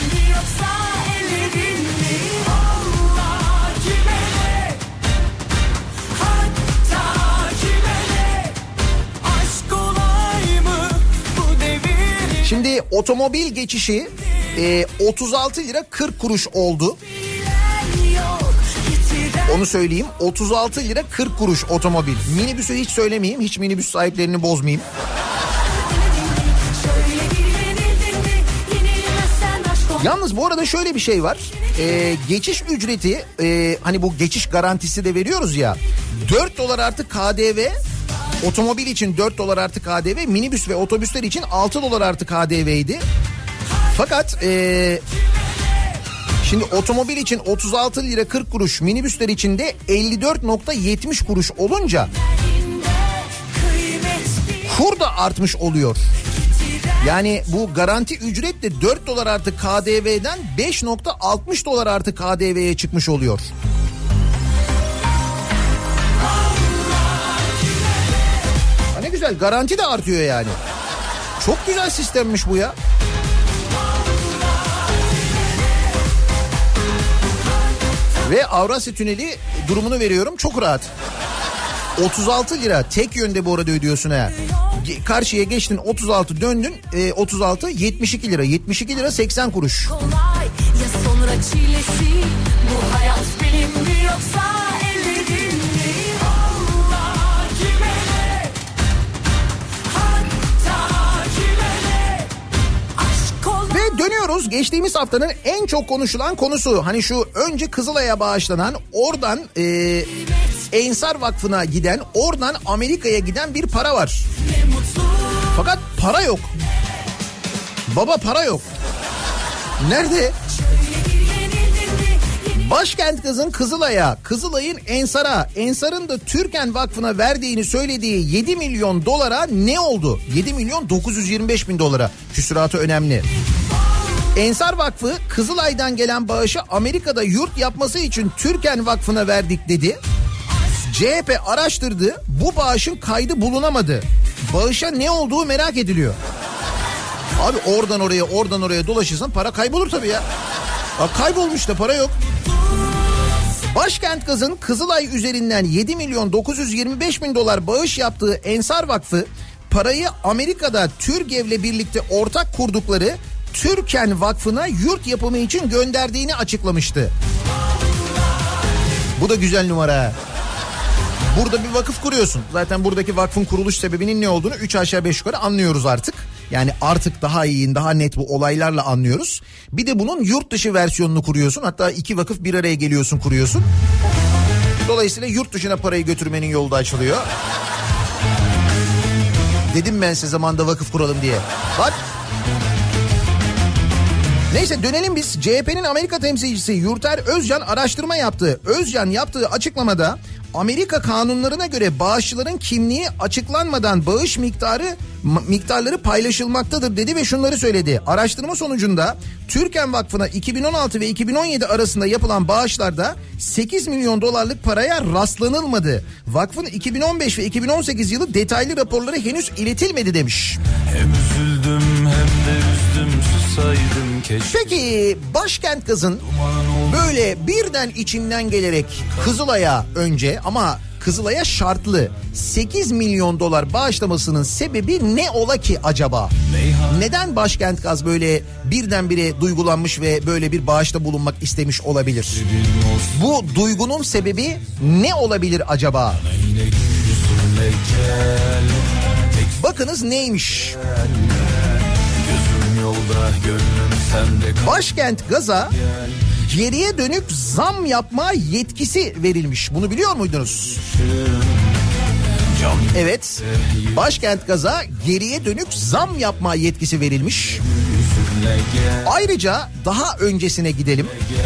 Şimdi otomobil geçişi e, otuz altı lira kırk kuruş oldu. Onu söyleyeyim, otuz altı lira kırk kuruş otomobil. Minibüsü hiç söylemeyeyim, hiç minibüs sahiplerini bozmayayım. Yalnız bu arada şöyle bir şey var. E, geçiş ücreti, e, hani bu geçiş garantisi de veriyoruz ya. dört dolar artı K D V... Otomobil için dört dolar artı K D V, minibüs ve otobüsler için altı dolar artı K D V'ydi. Fakat ee, şimdi otomobil için otuz altı lira kırk kuruş, minibüsler için de elli dört lira yetmiş kuruş olunca kur da artmış oluyor. Yani bu garanti ücret de dört dolar artı K D V'den beş lira altmış dolar artı K D V'ye çıkmış oluyor. Ne güzel, garanti de artıyor yani. Çok güzel sistemmiş bu ya. Ve Avrasya Tüneli durumunu veriyorum, çok rahat. otuz altı lira tek yönde bu arada ödüyorsun ha. Karşıya geçtin otuz altı, döndün e, otuz altı, yetmiş iki lira. yetmiş iki lira seksen kuruş. Kolay, ya sonra çilesi, bu hayat benim mi yoksa ellerin mi? Allah kime ne? Hatta kime ne? Aşk ol. Ve dönüyoruz geçtiğimiz haftanın en çok konuşulan konusu. Hani şu önce Kızılay'a bağışlanan, oradan e, Ensar Vakfı'na giden, oradan Amerika'ya giden bir para var. Fakat para yok. Baba para yok. Nerede? Başkent kızın Kızılay'a, Kızılay'ın Ensar'a, Ensar'ın da Türken Vakfı'na verdiğini söylediği yedi milyon dolara ne oldu? yedi milyon dokuz yüz yirmi beş bin dolara. Küsuratı önemli. Ensar Vakfı Kızılay'dan gelen bağışı Amerika'da yurt yapması için Türken Vakfı'na verdik dedi. C H P araştırdı, bu bağışın kaydı bulunamadı. Bağışa ne olduğu merak ediliyor. Abi oradan oraya oradan oraya dolaşırsan para kaybolur tabii ya. Bak kaybolmuş da para yok. Başkent Gaz'ın Kızılay üzerinden yedi milyon dokuz yüz yirmi beş bin dolar bağış yaptığı Ensar Vakfı parayı Amerika'da Türgev'le birlikte ortak kurdukları Türken Vakfı'na yurt yapımı için gönderdiğini açıklamıştı. Bu da güzel numara. Burada bir vakıf kuruyorsun. Zaten buradaki vakfın kuruluş sebebinin ne olduğunu üç aşağı beş yukarı anlıyoruz artık. Yani artık daha iyi, daha net bu olaylarla anlıyoruz. Bir de bunun yurt dışı versiyonunu kuruyorsun. Hatta iki vakıf bir araya geliyorsun, kuruyorsun. Dolayısıyla yurt dışına parayı götürmenin yolu da açılıyor. Dedim ben size zamanda vakıf kuralım diye. Bak. Neyse dönelim biz. C H P'nin Amerika temsilcisi Yurter Özcan araştırma yaptı. Özcan yaptığı açıklamada Amerika kanunlarına göre bağışçıların kimliği açıklanmadan bağış miktarı miktarları paylaşılmaktadır dedi ve şunları söyledi. Araştırma sonucunda Türken Vakfı'na iki bin on altı ve iki bin on yedi arasında yapılan bağışlarda sekiz milyon dolarlık paraya rastlanılmadı. Vakfın iki bin on beş ve iki bin on sekiz yılı detaylı raporları henüz iletilmedi demiş. Hem üzüldüm hem de üzdüm, susaydım keşke. Peki Başkent Gaz'ın böyle birden içinden gelerek Kızılay'a önce ama Kızılay'a şartlı sekiz milyon dolar bağışlamasının sebebi ne ola ki acaba? Neden Başkent Gaz böyle birdenbire duygulanmış ve böyle bir bağışta bulunmak istemiş olabilir? Bu duygunun sebebi ne olabilir acaba? Bakınız neymiş? Başkent Gaz'a geriye dönük zam yapma yetkisi verilmiş. Bunu biliyor muydunuz? Evet. Başkent Gaz'a geriye dönük zam yapma yetkisi verilmiş. Ayrıca daha öncesine gidelim.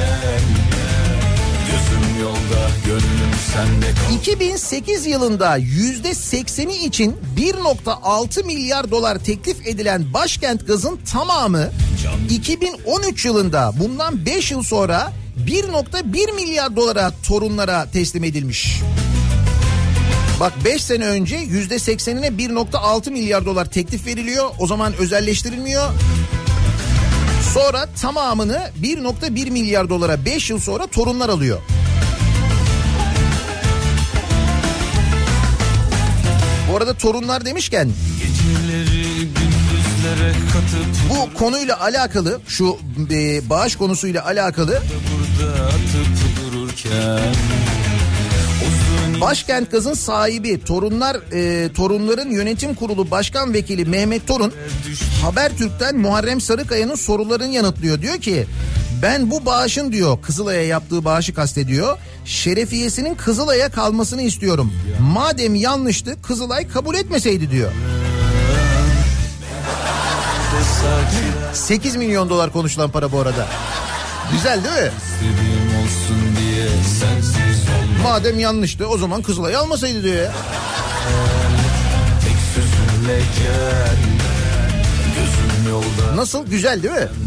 iki bin sekiz yılında yüzde sekseni için bir nokta altı milyar dolar teklif edilen Başkent Gaz'ın tamamı iki bin on üç yılında bundan beş yıl sonra bir nokta bir milyar dolara torunlara teslim edilmiş. Bak beş sene önce yüzde seksenine bir nokta altı milyar dolar teklif veriliyor. O zaman özelleştirilmiyor. Sonra tamamını bir nokta bir milyar dolara beş yıl sonra torunlar alıyor. Bu arada torunlar demişken bu konuyla alakalı, şu e, bağış konusuyla alakalı Başkent Gaz'ın sahibi torunlar e, torunların yönetim kurulu başkan vekili Mehmet Torun Habertürk'ten Muharrem Sarıkaya'nın sorularını yanıtlıyor. Diyor ki ben bu bağışın diyor Kızılay'a yaptığı bağışı kastediyor. Şerefiyesinin Kızılay'a kalmasını istiyorum. Madem yanlıştı Kızılay kabul etmeseydi diyor. sekiz milyon dolar konuşulan para bu arada. Güzel değil mi? Madem yanlıştı o zaman Kızılay'ı almasaydı diyor ya. Nasıl? Güzel değil mi?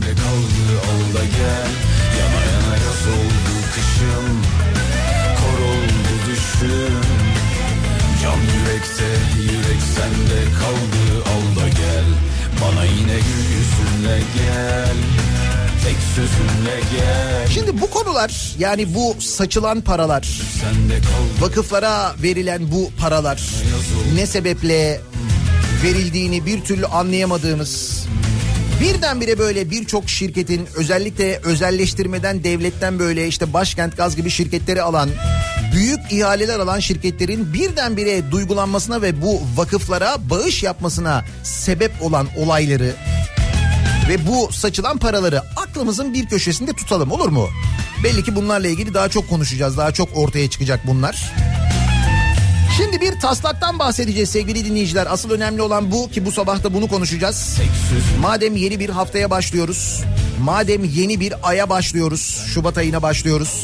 Can yürekte, yürek sende kaldı, al da gel. Bana yine gül yüzünle gel. Tek sözünle gel. Şimdi bu konular, yani bu saçılan paralar, vakıflara verilen bu paralar ne sebeple verildiğini bir türlü anlayamadığımız, birdenbire böyle birçok şirketin, özellikle özelleştirmeden devletten böyle işte Başkent Gaz gibi şirketleri alan, büyük ihaleler alan şirketlerin birdenbire duygulanmasına ve bu vakıflara bağış yapmasına sebep olan olayları ve bu saçılan paraları aklımızın bir köşesinde tutalım, olur mu? Belli ki bunlarla ilgili daha çok konuşacağız, daha çok ortaya çıkacak bunlar. Şimdi bir taslaktan bahsedeceğiz sevgili dinleyiciler. Asıl önemli olan bu ki bu sabah da bunu konuşacağız. Madem yeni bir haftaya başlıyoruz, madem yeni bir aya başlıyoruz, Şubat ayına başlıyoruz,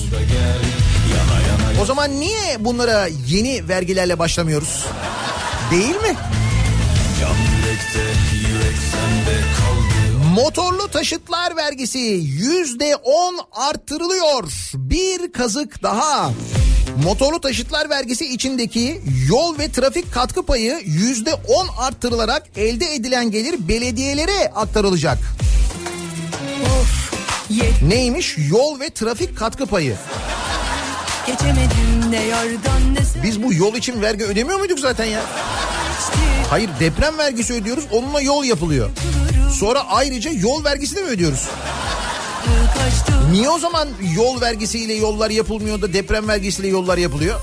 o zaman niye bunlara yeni vergilerle başlamıyoruz? Değil mi? Motorlu taşıtlar vergisi yüzde on arttırılıyor. Bir kazık daha. Motorlu taşıtlar vergisi içindeki yol ve trafik katkı payı yüzde on arttırılarak elde edilen gelir belediyelere aktarılacak. Of, neymiş? Yol ve trafik katkı payı. Geçemedim ne yardan ne Biz bu yol için vergi ödemiyor muyduk zaten ya? Hayır, deprem vergisi ödüyoruz, onunla yol yapılıyor. Sonra ayrıca yol vergisini mi ödüyoruz? Niye o zaman yol vergisiyle yollar yapılmıyor da deprem vergisiyle yollar yapılıyor?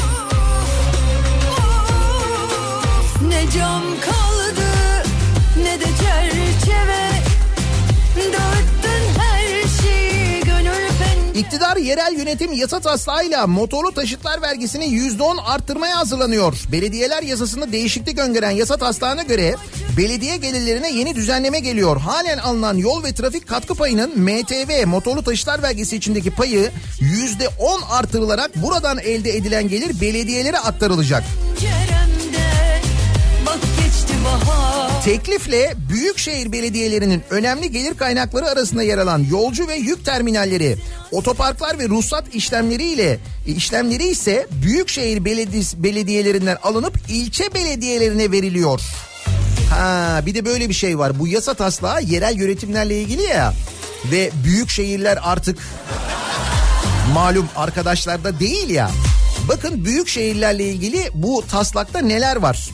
Ne cam kaldı ne de çerçeve, dağıttın her şeyi gönül pencere. İktidar yerel yönetim yasa taslağıyla motorlu taşıtlar vergisini yüzde on arttırmaya hazırlanıyor. Belediyeler yasasında değişiklik öngören yasa taslağına göre belediye gelirlerine yeni düzenleme geliyor. Halen alınan yol ve trafik katkı payının M T V motorlu taşıtlar vergisi içindeki payı yüzde on artırılarak buradan elde edilen gelir belediyelere aktarılacak. Teklifle büyükşehir belediyelerinin önemli gelir kaynakları arasında yer alan yolcu ve yük terminalleri, otoparklar ve ruhsat işlemleriyle işlemleri ise büyükşehir belediyesi, belediyelerinden alınıp ilçe belediyelerine veriliyor. Ha, bir de böyle bir şey var. Bu yasa taslağı yerel yönetimlerle ilgili ya. Ve büyük şehirler artık malum arkadaşlarda değil ya. Bakın büyük şehirlerle ilgili bu taslakta neler var?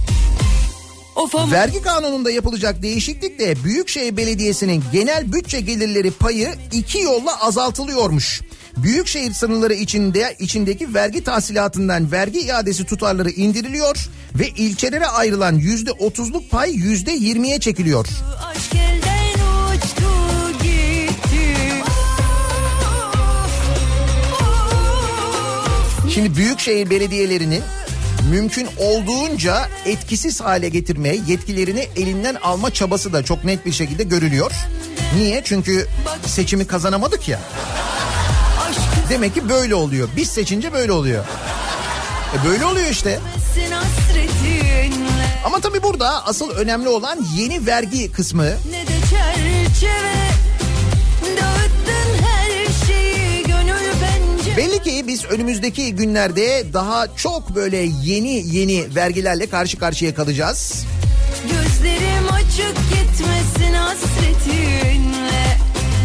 Vergi kanununda yapılacak değişiklikle Büyükşehir Belediyesi'nin genel bütçe gelirleri payı iki yolla azaltılıyormuş. Büyükşehir sınırları içinde içindeki vergi tahsilatından vergi iadesi tutarları indiriliyor ve ilçelere ayrılan yüzde otuzluk pay yüzde yirmiye çekiliyor. Şimdi büyükşehir belediyelerinin mümkün olduğunca etkisiz hale getirmeye, yetkilerini elinden alma çabası da çok net bir şekilde görülüyor. Niye? Çünkü seçimi kazanamadık ya. Demek ki böyle oluyor. Biz seçince böyle oluyor. E böyle oluyor işte. Ama tabii burada asıl önemli olan yeni vergi kısmı. Belli ki biz önümüzdeki günlerde daha çok böyle yeni yeni vergilerle karşı karşıya kalacağız. Gözlerim açık gitmesin hasretinle.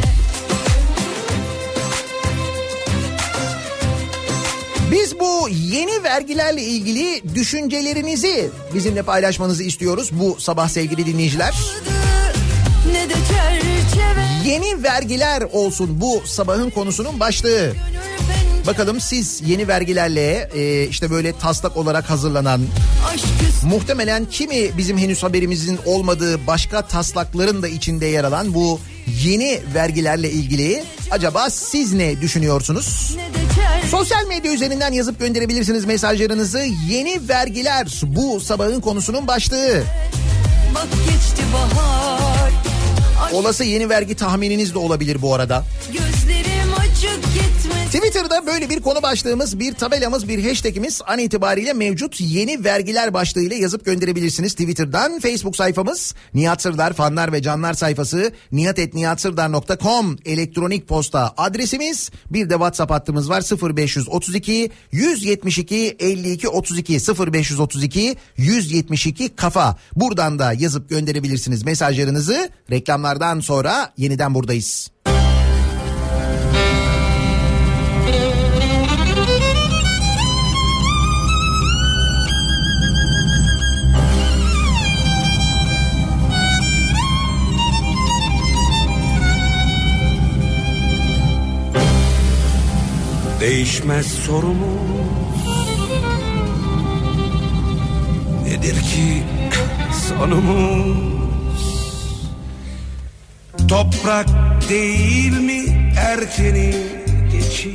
Biz bu yeni vergilerle ilgili düşüncelerinizi bizimle paylaşmanızı istiyoruz bu sabah sevgili dinleyiciler. Yeni vergiler olsun bu sabahın konusunun başlığı. Bakalım siz yeni vergilerle e, işte böyle taslak olarak hazırlanan, muhtemelen kimi bizim henüz haberimizin olmadığı başka taslakların da içinde yer alan bu yeni vergilerle ilgili acaba siz ne düşünüyorsunuz? Sosyal medya üzerinden yazıp gönderebilirsiniz mesajlarınızı. Yeni vergiler bu sabahın konusunun başlığı. Bak geçti bahar. Olası yeni vergi tahmininiz de olabilir bu arada. Gözlerim açık gitme. Twitter'da böyle bir konu başlığımız, bir tabelamız, bir hashtagimiz an itibariyle mevcut. Yeni vergiler başlığıyla yazıp gönderebilirsiniz Twitter'dan. Facebook sayfamız Nihat Sırdar fanlar ve canlar sayfası nihat et nihat sırdar nokta com elektronik posta adresimiz. Bir de WhatsApp hattımız var sıfır beş otuz iki yüz yetmiş iki elli iki otuz iki sıfır beş otuz iki yüz yetmiş iki kafa. Buradan da yazıp gönderebilirsiniz mesajlarınızı. Reklamlardan sonra yeniden buradayız. Değişmez sorumuz nedir ki sonumuz? Toprak değil mi erkeni geçi?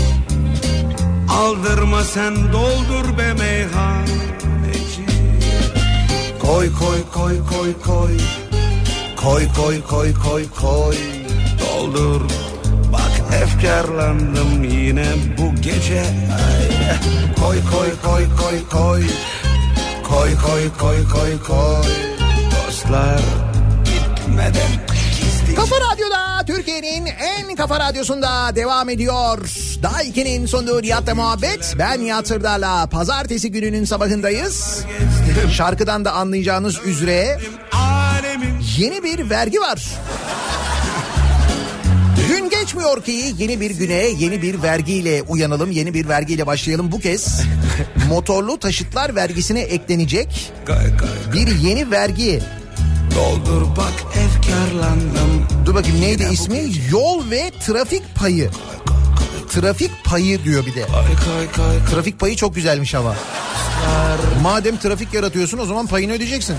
Aldırma sen doldur be meyhaneci. Koy koy koy koy koy koy koy koy koy koy doldur. Bak efkarlandım yine bu gece. Ay. Koy koy koy koy koy koy koy koy koy koy dostlar bitmeden Kafa Radyo'da, Türkiye'nin en kafa radyosunda devam ediyor. Daiki'nin sunduğu Nihat'la muhabbet. Ben Nihat Sırdar'la pazartesi gününün sabahındayız. Şarkıdan da anlayacağınız üzere yeni bir vergi var. Gün geçmiyor ki yeni bir güne yeni bir vergiyle uyanalım, yeni bir vergiyle başlayalım. Bu kez motorlu taşıtlar vergisine eklenecek bir yeni vergi. Doldur bak efkarlandım. Dur bakayım neydi ismi? Yol ve trafik payı. Trafik payı diyor bir de. Trafik payı çok güzelmiş ama. Madem trafik yaratıyorsun o zaman payını ödeyeceksin.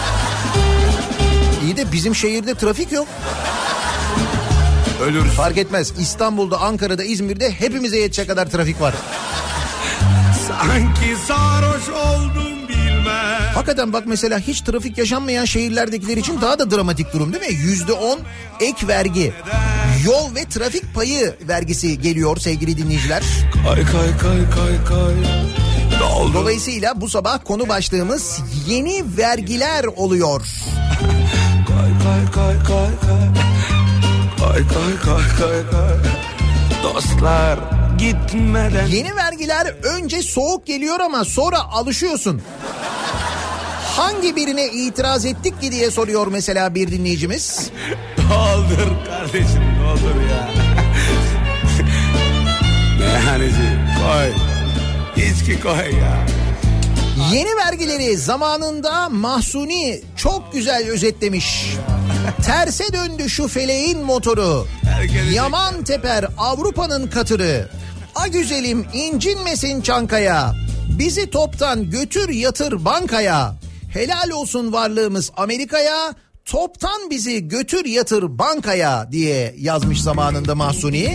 İyi de bizim şehirde trafik yok. Ölürüz. Fark etmez. İstanbul'da, Ankara'da, İzmir'de hepimize yetecek kadar trafik var. Sanki sarhoş oldum bilmem. Hakikaten bak mesela hiç trafik yaşanmayan şehirlerdekiler için daha da dramatik durum değil mi? Yüzde on ek vergi. Yol ve trafik payı vergisi geliyor sevgili dinleyiciler. Kay kay kay kay kay. Doldur. Dolayısıyla bu sabah konu başlığımız yeni vergiler oluyor. Kay kay kay kay kay. Kay kay kay kay kay. Dostlar gitmeden. Yeni vergiler önce soğuk geliyor ama sonra alışıyorsun. Hangi birine itiraz ettik ki diye soruyor mesela bir dinleyicimiz. Doldur kardeşim doldur ya. Meyhaneci koy. İçki koy ya. Yeni vergileri zamanında Mahsuni çok güzel özetlemiş. Terse döndü şu feleğin motoru. Yaman teper Avrupa'nın katırı. A güzelim incinmesin çankaya. Bizi toptan götür yatır bankaya. Helal olsun varlığımız Amerika'ya. Toptan bizi götür yatır bankaya diye yazmış zamanında Mahsuni.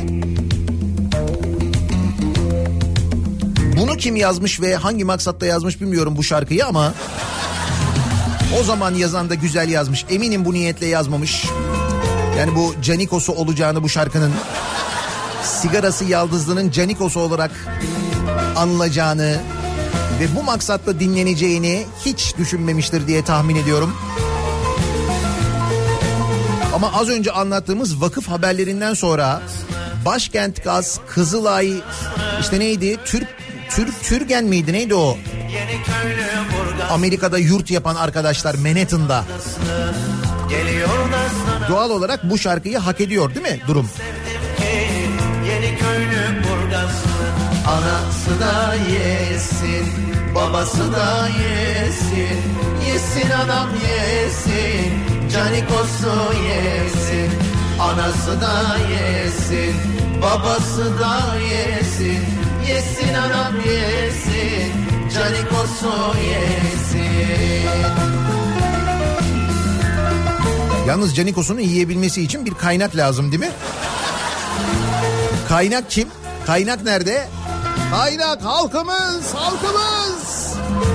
Bunu kim yazmış ve hangi maksatta yazmış bilmiyorum bu şarkıyı ama o zaman yazan da güzel yazmış. Eminim bu niyetle yazmamış. Yani bu Canikos'u olacağını bu şarkının, sigarası yaldızlının Canikos'u olarak anılacağını ve bu maksatla dinleneceğini hiç düşünmemiştir diye tahmin ediyorum. Ama az önce anlattığımız vakıf haberlerinden sonra Başkent Gaz, Kızılay, işte neydi? Türk Türk Türgen miydi? Neydi o? Amerika'da yurt yapan arkadaşlar Manhattan'da. Doğal olarak bu şarkıyı hak ediyor değil mi durum? Yeni köylü Burgazlı. Anası da yesin, babası da yesin. Yesin adam yesin, Canikos'u yesin. Anası da yesin, babası da yesin. Yesin anam yesin, Canikos'u yesin. Yalnız Canikos'unu yiyebilmesi için bir kaynak lazım değil mi? Kaynak kim? Kaynak nerede? Kaynak halkımız, halkımız.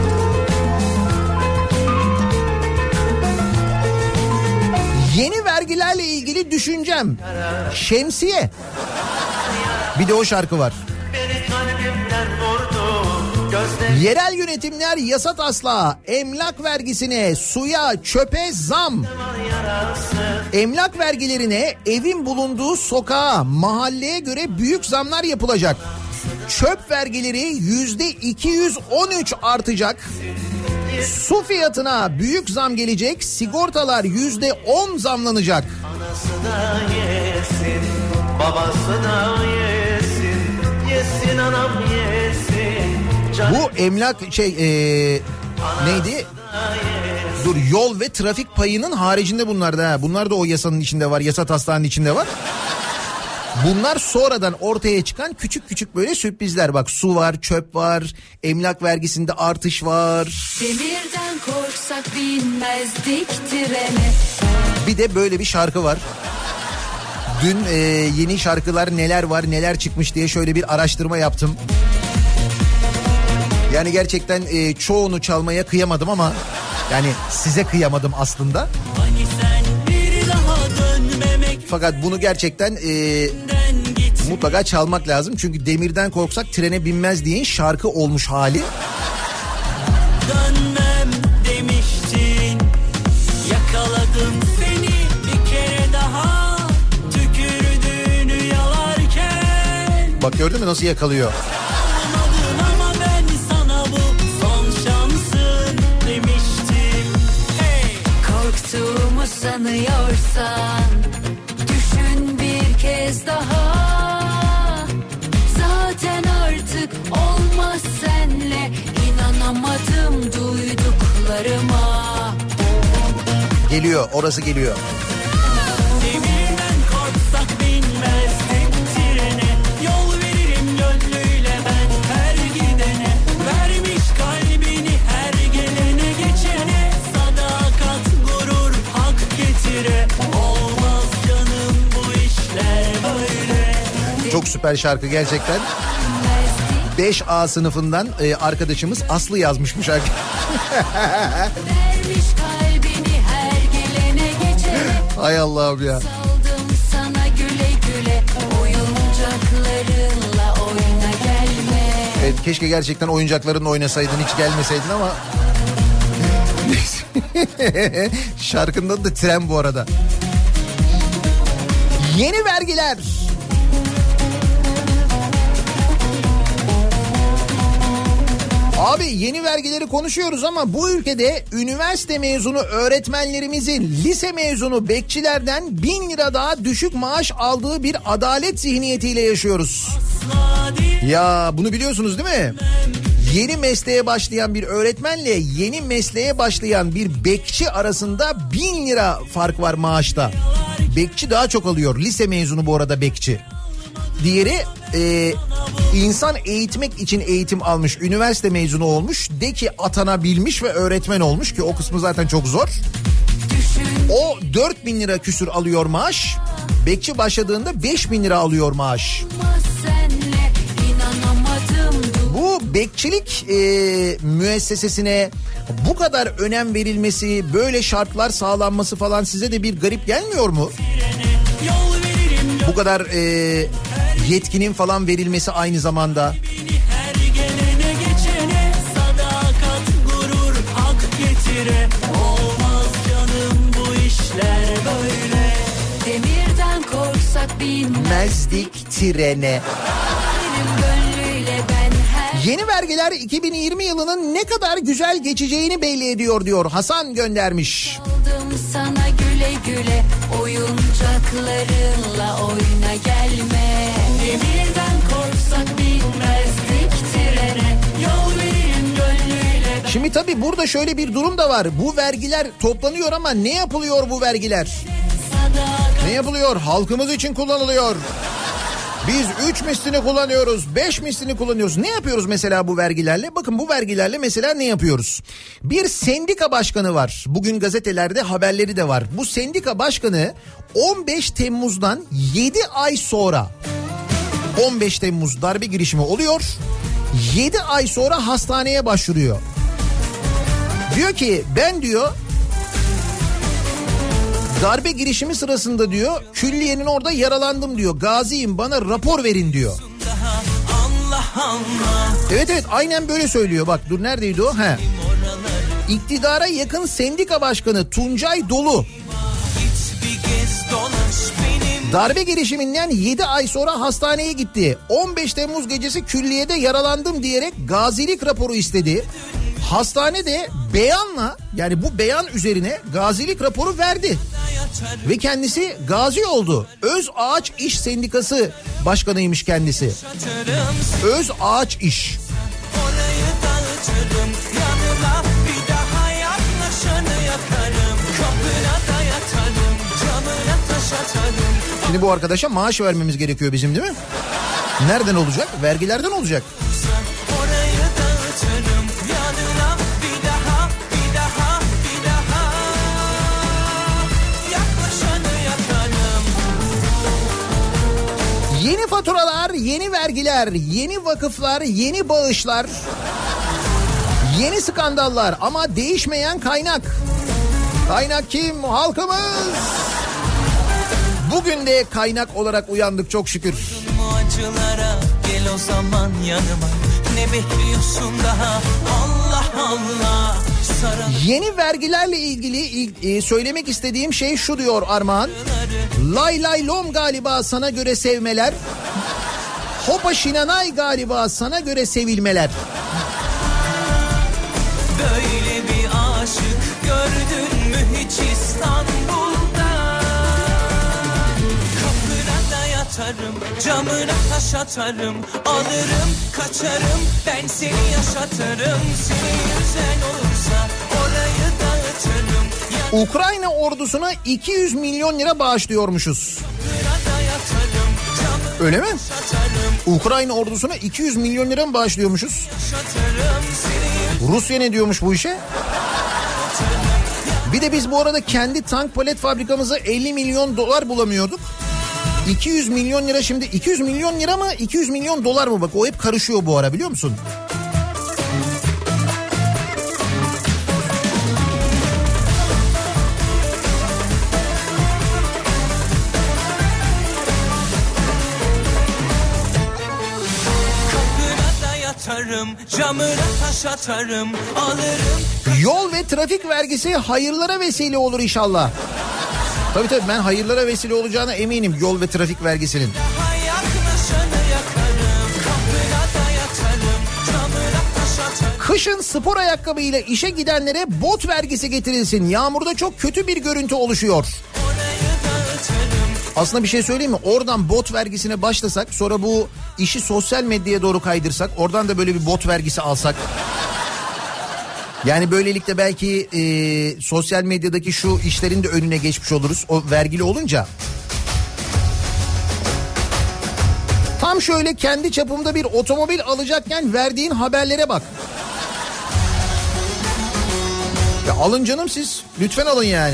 Yeni vergilerle ilgili düşüncem. Şemsiye. Bir de o şarkı var. Yerel yönetimler yasa taslağı, emlak vergisine, suya, çöpe zam. Emlak vergilerine, evin bulunduğu sokağa, mahalleye göre büyük zamlar yapılacak. Çöp vergileri yüzde iki yüz on üç artacak. Su fiyatına büyük zam gelecek, sigortalar yüzde on zamlanacak. Anası da yesin, babası da yesin, yesin anam yesin. Bu emlak şey ee, neydi? Dur, yol ve trafik payının haricinde bunlar da ha. Bunlar da o yasanın içinde var, yasa taslağının içinde var. Bunlar sonradan ortaya çıkan küçük küçük böyle sürprizler. Bak, su var, çöp var, emlak vergisinde artış var. Demirden korksak binmezdik trene. Bir de böyle bir şarkı var. Dün e, yeni şarkılar neler var, neler çıkmış diye şöyle bir araştırma yaptım. Yani gerçekten e, çoğunu çalmaya kıyamadım ama yani size kıyamadım aslında. Hani sen bir daha dönmemek. Fakat bunu gerçekten e, mutlaka çalmak lazım. Çünkü demirden korksak trene binmez diye şarkı olmuş hali. Dönmem demiştin, yakaladım seni bir kere daha. Bak gördün mü nasıl yakalıyor? Ama ben sana bu son şansın demiştim. Hey! Korktuğumu sanıyorsan düşün bir kez daha. Zaten artık olmaz senle, inanamadım duyduklarıma. Geliyor, orası geliyor. Demirden korksak binmezdik trene. Yol veririm gönlüyle ben her gidene. Vermiş kalbini her gelene geçene. Sadakat gurur hak getire. Olmaz canım bu işler böyle. Çok süper şarkı gerçekten. beş A sınıfından e, arkadaşımız Aslı yazmış bu şarkı. Vermiş kalbini her gelene geçene. Hay Allah'ım ya. Saldım sana güle güle, oyuncaklarınla oyuna gelme. Evet, keşke gerçekten oyuncaklarınla oynasaydın, hiç gelmeseydin ama. Şarkının adı da Tren bu arada. Yeni vergiler. Abi yeni vergileri konuşuyoruz ama bu ülkede üniversite mezunu öğretmenlerimizin lise mezunu bekçilerden bin lira daha düşük maaş aldığı bir adalet zihniyetiyle yaşıyoruz. Ya bunu biliyorsunuz değil mi? Yeni mesleğe başlayan bir öğretmenle yeni mesleğe başlayan bir bekçi arasında bin lira fark var maaşta. Bekçi daha çok alıyor. Lise mezunu bu arada bekçi. Diğeri e, insan eğitmek için eğitim almış, üniversite mezunu olmuş, de ki atanabilmiş ve öğretmen olmuş ki o kısmı zaten çok zor. O dört bin lira küsür alıyor maaş. Bekçi başladığında beş bin lira alıyor maaş. Bu bekçilik e, müessesesine bu kadar önem verilmesi, böyle şartlar sağlanması falan size de bir garip gelmiyor mu? Bu kadar e, yetkinin falan verilmesi aynı zamanda. Her gelene geçene sadakat gurur hak getire. Olmaz canım bu işler böyle. Demirden korksak binmezdik trene. gönlüyle ben her... Yeni vergiler iki bin yirmi yılının ne kadar güzel geçeceğini belli ediyor diyor. Hasan göndermiş. Aldım sana güle güle, oyuncaklarınla oyuna gelme. Demirden korksak binmezdik trene. Yol verin gönlüyle ben... Şimdi tabii burada şöyle bir durum da var. Bu vergiler toplanıyor ama ne yapılıyor bu vergiler? Ne yapılıyor? Halkımız için kullanılıyor. Biz üç mislini kullanıyoruz, beş mislini kullanıyoruz. Ne yapıyoruz mesela bu vergilerle? Bakın bu vergilerle mesela ne yapıyoruz? Bir sendika başkanı var. Bugün gazetelerde haberleri de var. Bu sendika başkanı on beş Temmuz'dan yedi ay sonra, on beş Temmuz darbe girişimi oluyor. yedi ay sonra hastaneye başvuruyor. Diyor ki ben diyor darbe girişimi sırasında diyor külliyenin orada yaralandım diyor. Gaziyim, bana rapor verin diyor. Evet evet aynen böyle söylüyor. Bak dur neredeydi o? He. İktidara yakın sendika başkanı Tuncay Dolu darbe girişiminden yedi ay sonra hastaneye gitti. on beş Temmuz gecesi külliyede yaralandım diyerek gazilik raporu istedi. Hastane de beyanla, yani bu beyan üzerine gazilik raporu verdi. Ve kendisi gazi oldu. Öz Ağaç İş Sendikası başkanıymış kendisi. Öz Ağaç İş. Şimdi bu arkadaşa maaş vermemiz gerekiyor bizim, değil mi? Nereden olacak? Vergilerden olacak. Yeni faturalar, yeni vergiler, yeni vakıflar, yeni bağışlar, yeni skandallar ama değişmeyen kaynak. Kaynak kim? Halkımız. Bugün de kaynak olarak uyandık çok şükür. Acılara gel o zaman yanıma. Ne bekliyorsun daha? Allah Allah. Yeni vergilerle ilgili e, söylemek istediğim şey şu diyor Armağan. Lay lay lom galiba sana göre sevmeler. Hopa Şinanay galiba sana göre sevilmeler. Böyle bir aşık gördün mü hiç İstanbul'da? Kapına da yatarım, camına taş atarım, alırım kaçarım, ben seni yaşatırım. Seni yüzen olursa orayı dağıtırım. Ukrayna ordusuna iki yüz milyon lira bağışlıyormuşuz. Öyle mi? Ukrayna ordusuna iki yüz milyon lira mı bağışlıyormuşuz? Rusya ne diyormuş bu işe? Bir de biz bu arada kendi tank palet fabrikamıza elli milyon dolar bulamıyorduk. iki yüz milyon lira şimdi, iki yüz milyon lira mı iki yüz milyon dolar mı, bak o hep karışıyor bu ara, biliyor musun? Camına taş atarım, alırım. Yol ve trafik vergisi hayırlara vesile olur inşallah. Tabii tabii, ben hayırlara vesile olacağına eminim yol ve trafik vergisinin. Kışın spor ayakkabıyla işe gidenlere bot vergisi getirilsin. Yağmurda çok kötü bir görüntü oluşuyor. Aslında bir şey söyleyeyim mi? Oradan bot vergisine başlasak, sonra bu işi sosyal medyaya doğru kaydırsak, oradan da böyle bir bot vergisi alsak. Yani böylelikle belki e, sosyal medyadaki şu işlerin de önüne geçmiş oluruz o vergili olunca. Tam şöyle kendi çapımda bir otomobil alacakken verdiğin haberlere bak. Ya alın canım siz, lütfen alın yani.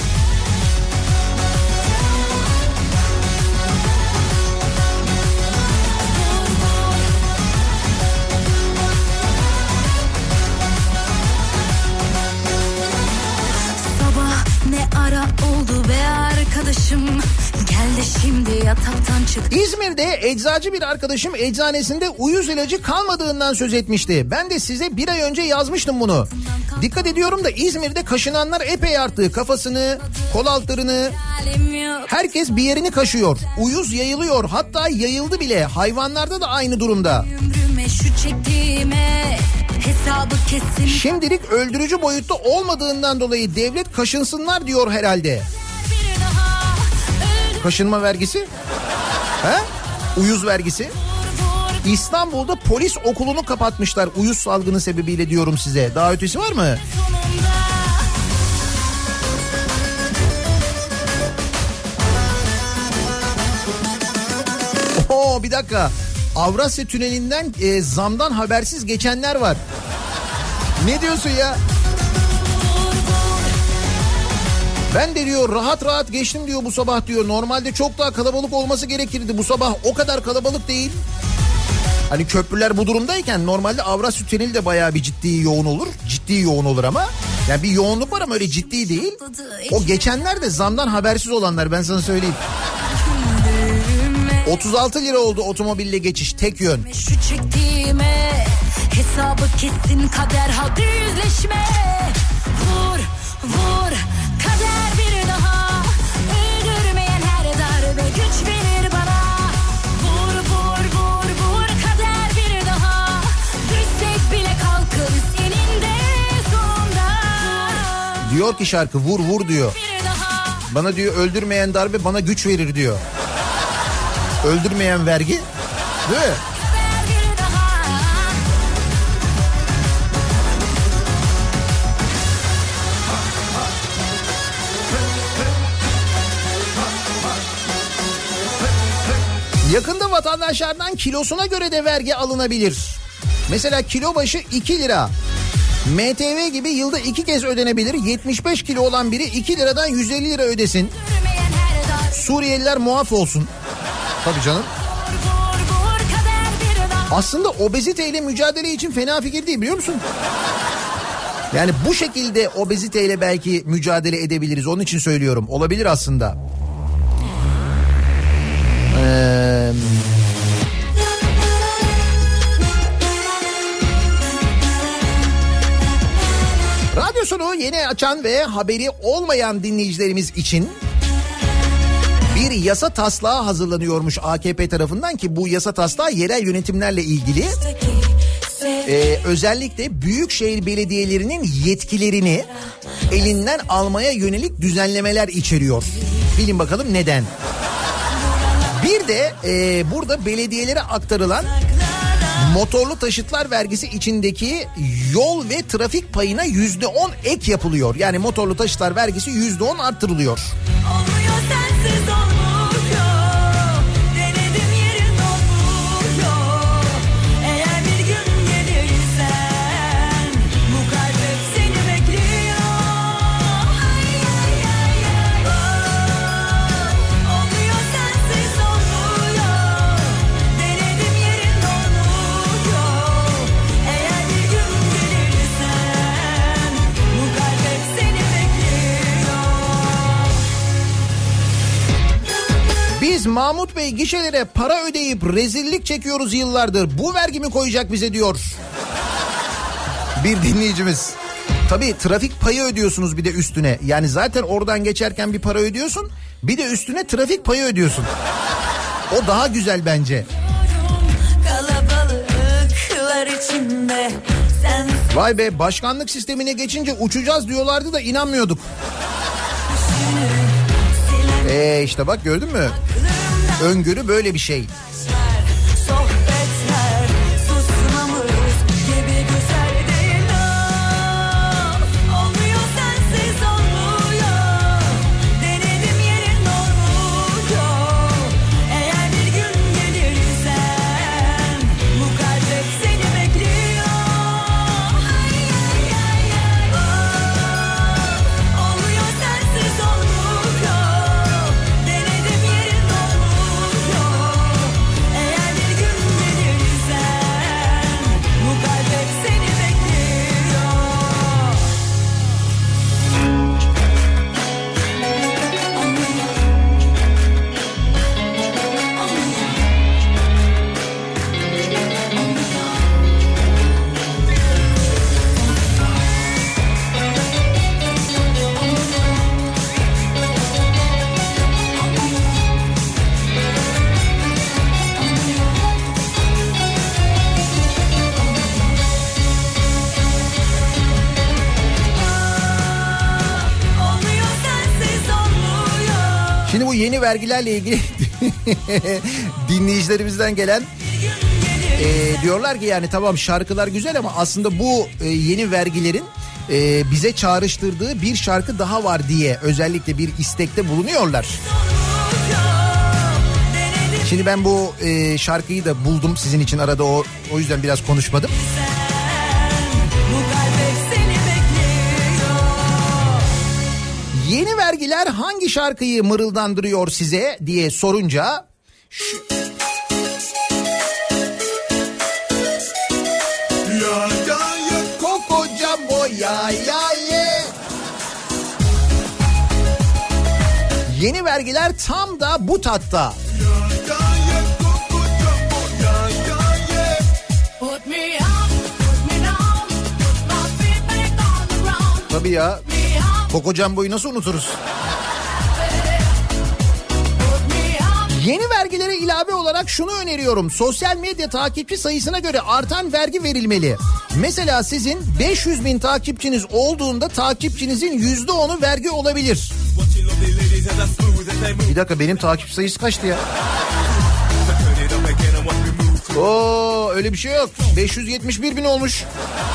Oldu be arkadaşım, gel de şimdi yataktan çık. İzmir'de eczacı bir arkadaşım eczanesinde uyuz ilacı kalmadığından söz etmişti. Ben de size bir ay önce yazmıştım bunu. Dikkat ediyorum da İzmir'de kaşınanlar epey arttı. Kafasını, kol altlarını, herkes bir yerini kaşıyor. Uyuz yayılıyor, hatta yayıldı bile. Hayvanlarda da aynı durumda. Şu çektiğime hesabı kesin. Şimdilik öldürücü boyutta olmadığından dolayı devlet kaşınsınlar diyor herhalde. Kaşınma vergisi? He? Uyuz vergisi? İstanbul'da polis okulunu kapatmışlar uyuz salgını sebebiyle diyorum size. Daha ötesi var mı? Oo, bir dakika. Avrasya Tüneli'nden e, zamdan habersiz geçenler var. Ne diyorsun ya? Ben de diyor rahat rahat geçtim diyor bu sabah diyor. Normalde çok daha kalabalık olması gerekirdi. Bu sabah o kadar kalabalık değil. Hani köprüler bu durumdayken normalde Avrasya Tüneli de bayağı bir ciddi yoğun olur. Ciddi yoğun olur ama. Yani bir yoğunluk var ama öyle ciddi değil. O geçenler de zamdan habersiz olanlar, ben sana söyleyeyim. otuz altı lira oldu otomobille geçiş tek yön. Şu çektiğime hesabı kesin, kader hadi yüzleşme. Vur vur kader bir daha, öldürmeyen her darbe güç verir bana. Vur vur vur vur kader bir daha, düşsek bile kalkarız eninde sonunda. Diyor ki şarkı vur vur diyor. Bana diyor öldürmeyen darbe bana güç verir diyor. Öldürmeyen vergi, değil mi? Yakında vatandaşlardan kilosuna göre de vergi alınabilir. Mesela kilo başı iki lira. M T V gibi yılda iki kez ödenebilir. yetmiş beş kilo olan biri iki liradan yüz elli lira ödesin. Suriyeliler muaf olsun. Tabii canım. Aslında obeziteyle mücadele için fena fikir değil, biliyor musun? Yani bu şekilde obeziteyle belki mücadele edebiliriz. Onun için söylüyorum. Olabilir aslında. Ee... Radyosunu yeni açan ve haberi olmayan dinleyicilerimiz için Bir yasa taslağı hazırlanıyormuş A K P tarafından ki bu yasa taslağı yerel yönetimlerle ilgili. Ee, özellikle büyükşehir belediyelerinin yetkilerini elinden almaya yönelik düzenlemeler içeriyor. Bilin bakalım neden? Bir de e, burada belediyelere aktarılan motorlu taşıtlar vergisi içindeki yol ve trafik payına yüzde on ek yapılıyor. Yani motorlu taşıtlar vergisi yüzde on arttırılıyor. Olmuyor sensiz olmuyor. Denedim yerin olmuyor. Eğer bir gün gelirsen bu kalp hep seni bekliyor. Ay ay ay ay. Oh, olmuyor sensiz olmuyor. Denedim yerin olmuyor. Eğer bir gün gelirsen bu kalp hep seni bekliyor. Biz Mahmut Bey gişelere para ödeyip rezillik çekiyoruz yıllardır. Bu vergi mi koyacak bize diyor bir dinleyicimiz. Tabii trafik payı ödüyorsunuz bir de üstüne. Yani zaten oradan geçerken bir para ödüyorsun. Bir de üstüne trafik payı ödüyorsun. O daha güzel bence. Kalabalıklar içinde sen Vay be, başkanlık sistemine geçince uçacağız diyorlardı da inanmıyorduk. Eee işte bak, gördün mü? Öngörü böyle bir şey. sohbetler susmamız gibi güzel değil. Oh, olmuyor sensiz olmuyor. Denedim yerin olmuyor. Eğer bir gün gelirsen bu kalp hep seni bekliyor. Ay ay ay ay. Oh, olmuyor sensiz olmuyor. Denedim yerin olmuyor. Eğer bir gün gelirsen bu kalp hep seni bekliyor. Olmuyor sensiz olmuyor. Şimdi bu yeni vergilerle ilgili dinleyicilerimizden gelen e, diyorlar ki yani tamam şarkılar güzel ama aslında bu e, yeni vergilerin e, bize çağrıştırdığı bir şarkı daha var diye özellikle bir istekte bulunuyorlar. Şimdi ben bu e, şarkıyı da buldum sizin için arada, o o yüzden biraz konuşmadım. Bu kalp hep seni bekliyor. Yeni vergiler hangi şarkıyı mırıldandırıyor size diye sorunca şu... Ya ya ya Coco Jumbo ya ya ye. Yeni vergiler tam da bu tatta. ya ya Coco Jumbo ya ya ye. Put me up, put me down, put my feet back on the ground. Tabii ya, Put me up, Coco Jumbo'yu nasıl unuturuz? put me up. Yeni vergilere ilave olarak şunu öneriyorum. Sosyal medya takipçi sayısına göre artan vergi verilmeli. Mesela sizin beş yüz bin takipçiniz olduğunda takipçinizin yüzde onu vergi olabilir. Bir dakika, benim takipçi sayısı kaçtı ya? Oo, öyle bir şey yok. beş yüz yetmiş bir bin olmuş.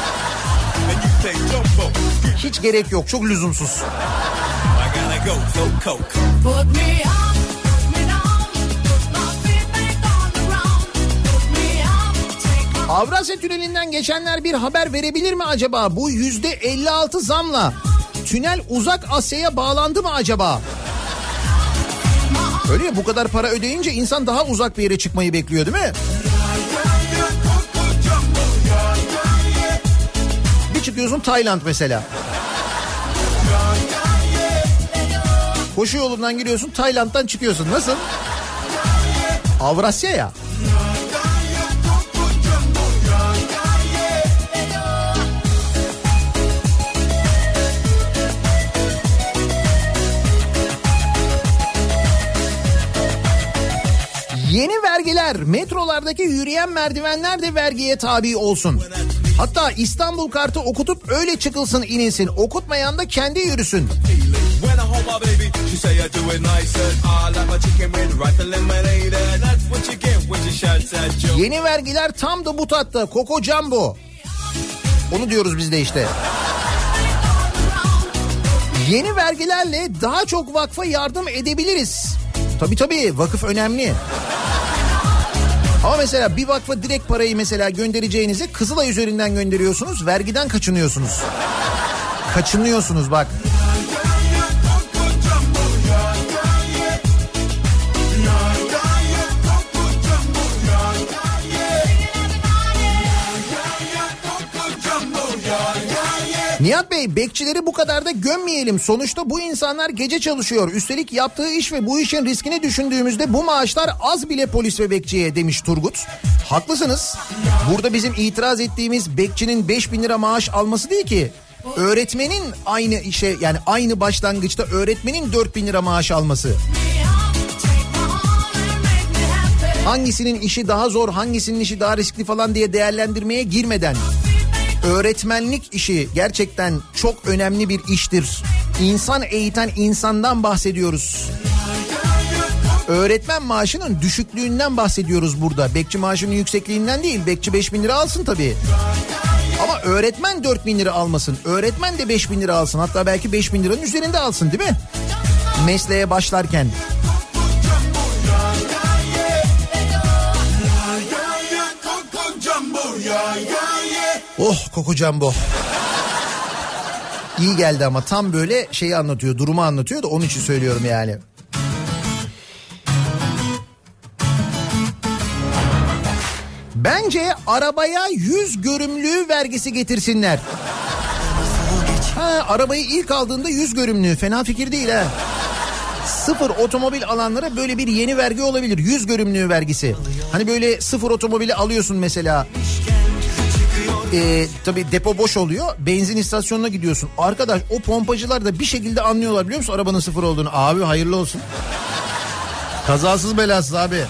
Hiç gerek yok, çok lüzumsuz. Put me up, put me down, put my feet back on the ground. Put me up, take my Avrasya Tüneli'nden geçenler bir haber verebilir mi acaba? Bu yüzde elli altı zamla tünel Uzak Asya'ya bağlandı mı acaba? Öyle ya, bu kadar para ödeyince insan daha uzak bir yere çıkmayı bekliyor değil mi? Bir çıkıyorsun Tayland mesela. Koşu yolundan giriyorsun, Tayland'dan çıkıyorsun. Nasıl? Avrasya ya. vergiler, metrolardaki yürüyen merdivenler de vergiye tabi olsun. Hatta İstanbul kartı okutup öyle çıkılsın inilsin. Okutmayan da kendi yürüsün. Yeni vergiler tam da bu tatta. Coco Jumbo. Onu diyoruz biz de işte. Yeni vergilerle daha çok vakfa yardım edebiliriz. Tabii tabii, vakıf önemli. Ama mesela bir vakfa direkt parayı mesela göndereceğinizi Kızılay üzerinden gönderiyorsunuz. Vergiden kaçınıyorsunuz. Kaçınıyorsunuz bak. Nihat Bey, bekçileri bu kadar da gömmeyelim. Sonuçta bu insanlar gece çalışıyor. Üstelik yaptığı iş ve bu işin riskini düşündüğümüzde bu maaşlar az bile polis ve bekçiye, demiş Turgut. Haklısınız. Burada bizim itiraz ettiğimiz bekçinin beş bin lira maaş alması değil ki. Öğretmenin aynı işe, yani aynı başlangıçta öğretmenin dört bin lira maaş alması. Hangisinin işi daha zor, hangisinin işi daha riskli falan diye değerlendirmeye girmeden... Öğretmenlik işi gerçekten çok önemli bir iştir. İnsan eğiten insandan bahsediyoruz. Öğretmen maaşının düşüklüğünden bahsediyoruz burada. Bekçi maaşının yüksekliğinden değil. Bekçi beş bin lira alsın tabii. Ama öğretmen dört bin lira almasın. Öğretmen de beş bin lira alsın. Hatta belki beş bin liranın üzerinde alsın, değil mi? Mesleğe başlarken. Oh, Coco Jumbo. İyi geldi ama tam böyle şeyi anlatıyor, durumu anlatıyor da onun için söylüyorum yani. Bence arabaya yüz görümlüğü vergisi getirsinler. Ha, arabayı ilk aldığında yüz görümlüğü fena fikir değil ha. Sıfır otomobil alanlara böyle bir yeni vergi olabilir. Yüz görümlüğü vergisi. Hani böyle sıfır otomobili alıyorsun mesela. Ee, tabii depo boş oluyor. Benzin istasyonuna gidiyorsun. Arkadaş, o pompacılar da bir şekilde anlıyorlar, biliyor musun arabanın sıfır olduğunu. Abi hayırlı olsun. Kazasız belasız abi.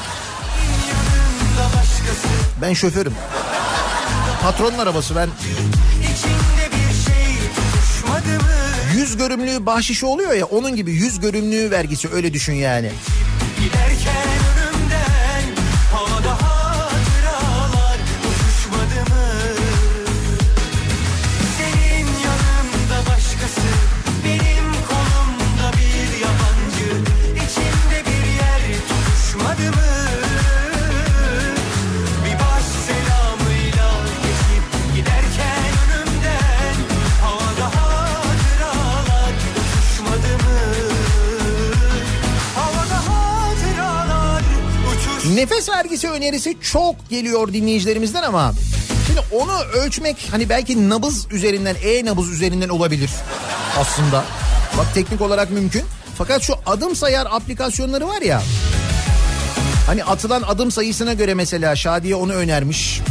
Ben şoförüm. Patronun arabası ben. Yüz görümlüğü bahşişi oluyor ya, onun gibi yüz görümlüğü vergisi, öyle düşün yani. Giderken önümden havada hatıralar uçuşmadı mı? Senin yanında başkası, benim kolumda bir yabancı, içimde bir yer tutuşmadı mı? Bir baş selamıyla geçip giderken önümden havada hatıralar uçuşmadı mı? Havada hatıralar uçuş. Nefes vergisi önerisi çok geliyor dinleyicilerimizden ama şimdi onu ölçmek hani belki nabız üzerinden, e-nabız üzerinden olabilir aslında. Bak, teknik olarak mümkün. Fakat şu adım sayar aplikasyonları var ya. Hani atılan adım sayısına göre mesela Şadiye onu önermiş.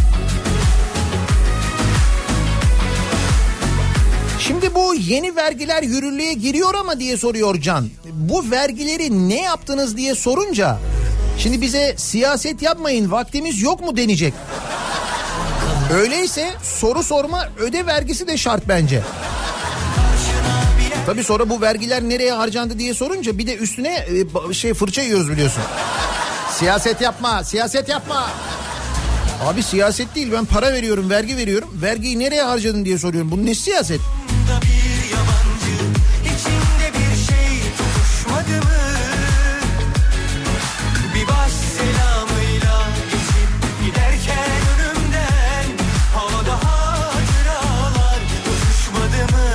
Şimdi bu yeni vergiler yürürlüğe giriyor ama diye soruyor Can. Bu vergileri ne yaptınız diye sorunca şimdi bize siyaset yapmayın, vaktimiz yok mu denecek. Öyleyse soru sorma öde vergisi de şart bence. Tabii sonra bu vergiler nereye harcandı diye sorunca bir de üstüne şey fırça yiyoruz, biliyorsun. Siyaset yapma, siyaset yapma. Abi siyaset değil, ben para veriyorum, vergi veriyorum. Vergiyi nereye harcadın diye soruyorum. Bunun ne siyaset? Bir yabancı, içinde bir şey tutuşmadı mı? Bir baş selamıyla geçip giderken önümden havada hatıralar uçuşmadı mı?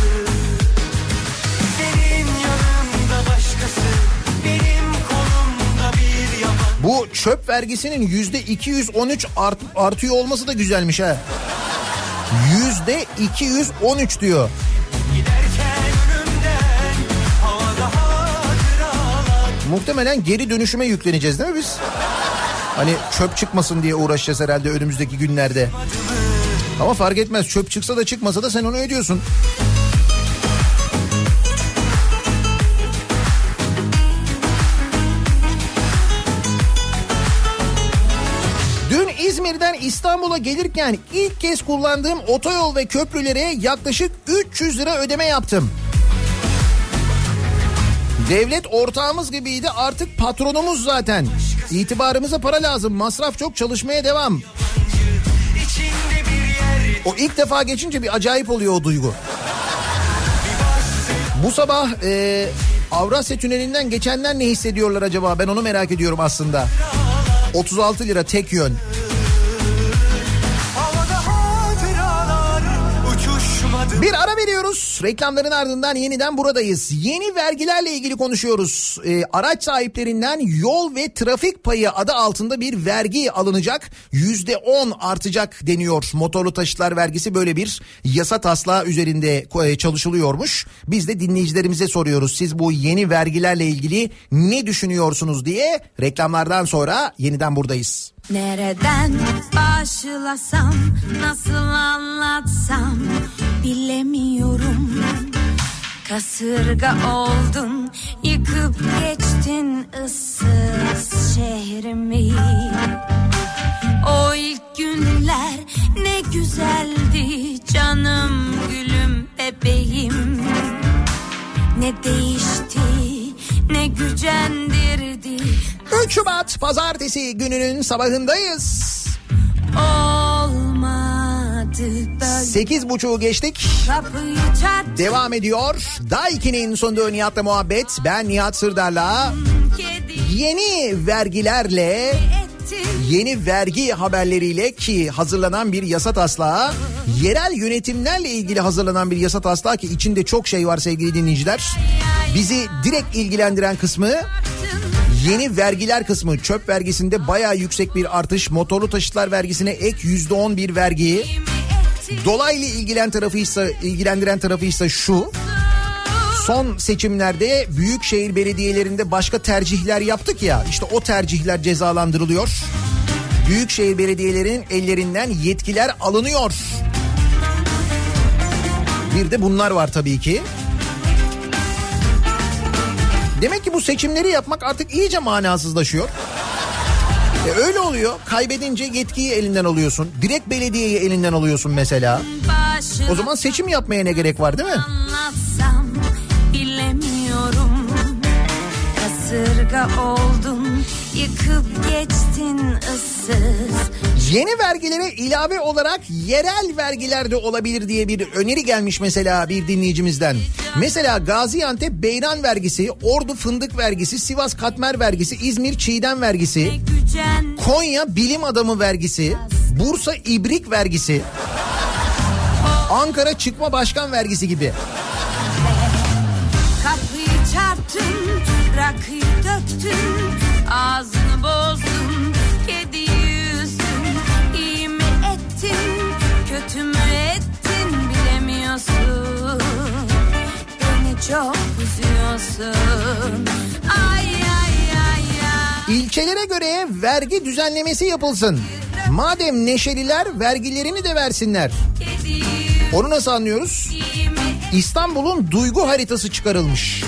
Senin yanında başkası, benim kolumda bir yabancı. Bu çöp vergisinin yüzde iki yüz on üç art, artıyor olması da güzelmiş ha. Yüzde iki yüz on üç diyor. Muhtemelen geri dönüşüme yükleneceğiz değil mi biz? Hani çöp çıkmasın diye uğraşacağız herhalde önümüzdeki günlerde. Ama fark etmez, çöp çıksa da çıkmasa da sen onu ödüyorsun. İzmir'den İstanbul'a gelirken ilk kez kullandığım otoyol ve köprülere yaklaşık üç yüz lira ödeme yaptım. Devlet ortağımız gibiydi, artık patronumuz zaten. İtibarımıza para lazım, masraf çok, çalışmaya devam. O ilk defa geçince bir acayip oluyor o duygu. Bu sabah e, Avrasya Tüneli'nden geçenler ne hissediyorlar acaba? Ben onu merak ediyorum aslında. otuz altı lira tek yön. Bir ara veriyoruz. Reklamların ardından yeniden buradayız. Yeni vergilerle ilgili konuşuyoruz. Ee, araç sahiplerinden yol ve trafik payı adı altında bir vergi alınacak. yüzde on artacak deniyor. Motorlu taşıtlar vergisi böyle bir yasa taslağı üzerinde çalışılıyormuş. Biz de dinleyicilerimize soruyoruz. Siz bu yeni vergilerle ilgili ne düşünüyorsunuz diye. Reklamlardan sonra yeniden buradayız. Nereden başlasam, nasıl anlatsam bilemiyorum. Kasırga oldun, yıkıp geçtin ıssız şehrimi. O ilk günler ne güzeldi canım, gülüm, bebeğim. Ne değişti, ne gücendirdi. üç Şubat Pazartesi gününün sabahındayız. Olmadı böyle. Sekiz buçuğu geçtik. Devam ediyor. Daiki'nin sonunda Nihat'la muhabbet. Ben Nihat Sırdar'la yeni vergilerle, yeni vergi haberleriyle ki hazırlanan bir yasa taslağı, yerel yönetimlerle ilgili hazırlanan bir yasa taslağı ki içinde çok şey var sevgili dinleyiciler. Bizi direkt ilgilendiren kısmı yeni vergiler kısmı. Çöp vergisinde bayağı yüksek bir artış, motorlu taşıtlar vergisine ek yüzde on bir vergi. Dolaylı ilgilen tarafıysa, ilgilendiren tarafıysa şu: son seçimlerde büyükşehir belediyelerinde başka tercihler yaptık ya, işte o tercihler cezalandırılıyor. Büyükşehir belediyelerinin ellerinden yetkiler alınıyor. Bir de bunlar var tabii ki. Demek ki bu seçimleri yapmak artık iyice manasızlaşıyor. E öyle oluyor. Kaybedince yetkiyi elinden alıyorsun. Direkt belediyeyi elinden alıyorsun mesela. O zaman seçim yapmaya ne gerek var, değil mi? Anlatsam bilemiyorum. Kasırga oldun, yıkıp geçtin ıssız. Yeni vergilere ilave olarak yerel vergiler de olabilir diye bir öneri gelmiş mesela bir dinleyicimizden. Mesela Gaziantep beyran vergisi, Ordu fındık vergisi, Sivas katmer vergisi, İzmir çiğdem vergisi, Konya bilim adamı vergisi, Bursa ibrik vergisi, Ankara çıkma başkan vergisi gibi. Kapıyı çarptın, rakıyı döktün, ağzını bozdun, kediyi üzdün. İyi mi ettin, kötü mü ettin bilemiyorsun. Beni çok üzüyorsun. Ay ay ay ay. İlçelere göre vergi düzenlemesi yapılsın. Madem neşeliler, vergilerini de versinler. Onu nasıl anlıyoruz? İstanbul'un duygu haritası çıkarılmış.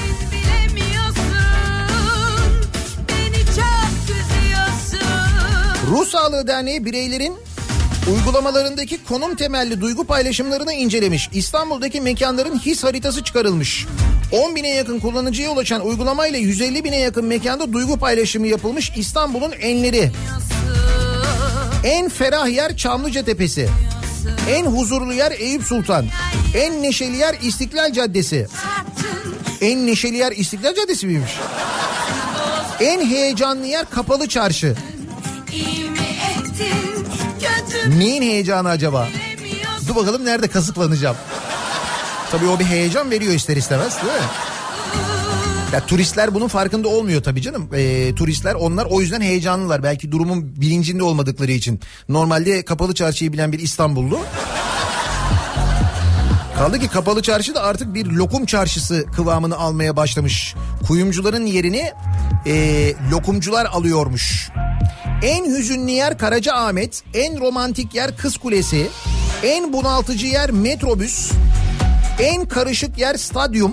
Ruh Sağlığı Derneği bireylerin uygulamalarındaki konum temelli duygu paylaşımlarını incelemiş. İstanbul'daki mekanların his haritası çıkarılmış. on bine yakın kullanıcıya ulaşan uygulamayla yüz elli bine yakın mekanda duygu paylaşımı yapılmış. İstanbul'un enleri. En ferah yer Çamlıca Tepesi. En huzurlu yer Eyüp Sultan. En neşeli yer İstiklal Caddesi. En neşeli yer İstiklal Caddesi miymiş? En heyecanlı yer Kapalı Çarşı. Neyin heyecanı acaba? Dur bakalım nerede kazıklanacağım. Tabii o bir heyecan veriyor ister istemez, değil mi? Ya turistler bunun farkında olmuyor tabii canım. E, turistler onlar o yüzden heyecanlılar. Belki durumun bilincinde olmadıkları için. Normalde Kapalı Çarşı'yı bilen bir İstanbullu. Kaldı ki Kapalı Çarşı da artık bir lokum çarşısı kıvamını almaya başlamış. Kuyumcuların yerini e, lokumcular alıyormuş. En hüzünlü yer Karacaahmet, en romantik yer Kız Kulesi, en bunaltıcı yer metrobüs, en karışık yer stadyum.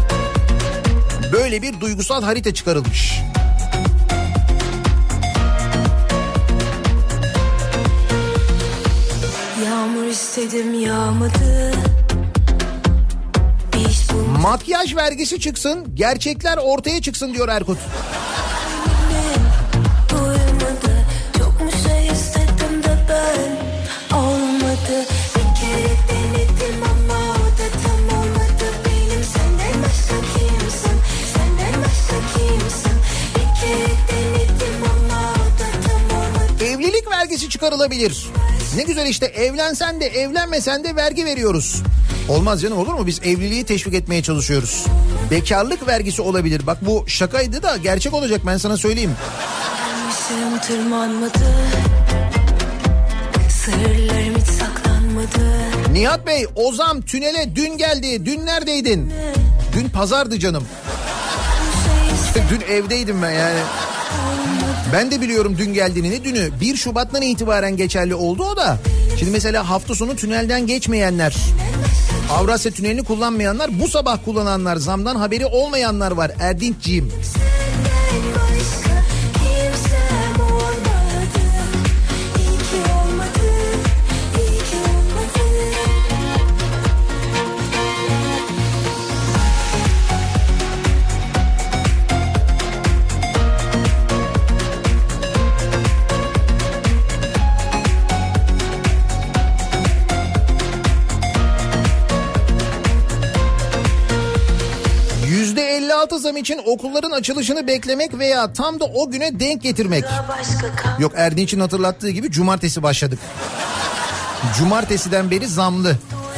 Böyle bir duygusal harita çıkarılmış. istedim yağmadı. Makyaj vergisi çıksın, gerçekler ortaya çıksın diyor Erkut. Duymadı, çok mu şey istedim de ben olmadı. Bir kere denedim ama o da tam olmadı. Benim senden başka kimsin? Senden başka kimsin? Bir kere denedim ama o da tam olmadı. Evlilik vergisi çıkarılabilir. Ne güzel işte, evlensen de evlenmesen de vergi veriyoruz. Olmaz canım, olur mu? Biz evliliği teşvik etmeye çalışıyoruz. Bekarlık vergisi olabilir. Bak bu şakaydı da gerçek olacak, ben sana söyleyeyim. Yaşım tırmanmadı. Sırlarım hiç saklanmadı. Nihat Bey, Ozan tünele dün geldi. Dün neredeydin? Dün pazardı canım. Dün evdeydim ben yani. Ben de biliyorum dün geldiğini. Ne dünü? bir Şubat'tan itibaren geçerli oldu o da. Şimdi mesela hafta sonu tünelden geçmeyenler, Avrasya Tüneli'ni kullanmayanlar, bu sabah kullananlar, zamdan haberi olmayanlar var Erdinçciğim. Zam için okulların açılışını beklemek veya tam da o güne denk getirmek. Yok, Erdinç'in hatırlattığı gibi cumartesi başladık. Cumartesiden beri zamlı.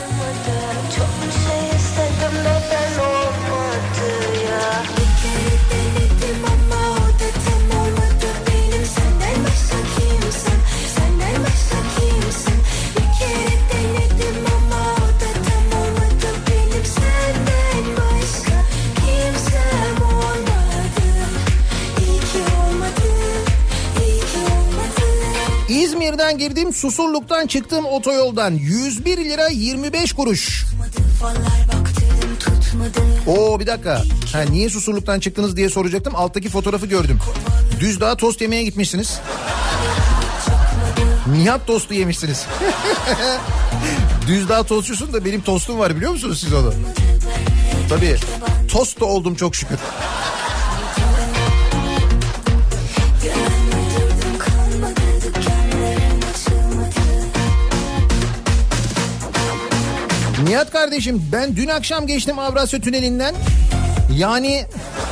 İzmir'den girdim, Susurluk'tan çıktım otoyoldan. yüz bir lira yirmi beş kuruş. Oo bir dakika. Ha, niye Susurluk'tan çıktınız diye soracaktım. Alttaki fotoğrafı gördüm. Düzdağ tost yemeye gitmişsiniz. Nihat tostu yemişsiniz. Düzdağ tostçusun da benim tostum var, biliyor musunuz siz onu? Tabii. Tost da oldum çok şükür. Nihat kardeşim, ben dün akşam geçtim Avrasya Tüneli'nden. Yani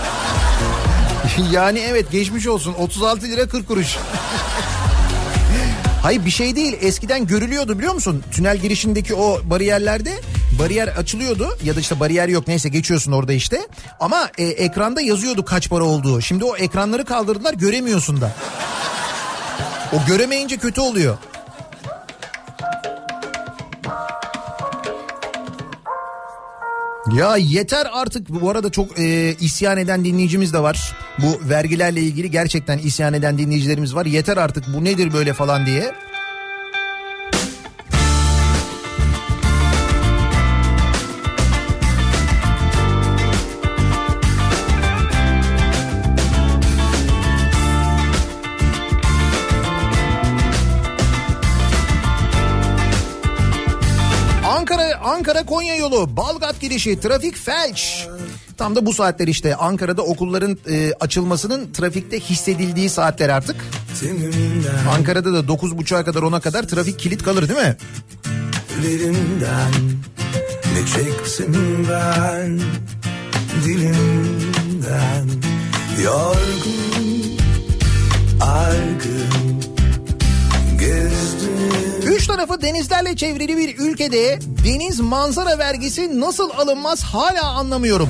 yani evet, geçmiş olsun, otuz altı lira kırk kuruş. Hayır bir şey değil, eskiden görülüyordu biliyor musun? Tünel girişindeki o bariyerlerde bariyer açılıyordu ya da işte bariyer yok, neyse geçiyorsun orada işte. Ama e, ekranda yazıyordu kaç para olduğu. Şimdi o ekranları kaldırdılar, göremiyorsun da. O göremeyince kötü oluyor. Ya yeter artık. Bu arada çok e, isyan eden dinleyicimiz de var. Bu vergilerle ilgili gerçekten isyan eden dinleyicilerimiz var. Yeter artık, bu nedir böyle falan diye. Ankara-Konya yolu Balgat girişi trafik felç. Tam da bu saatler işte Ankara'da okulların e, açılmasının trafikte hissedildiği saatler artık. Ankara'da da dokuz buçuğa kadar ona kadar trafik kilit kalır değil mi? Dilimden ne çektim ben, dilimden yorgun argın gezdim. Üç tarafı denizlerle çevrili bir ülkede deniz manzara vergisi nasıl alınmaz hala anlamıyorum.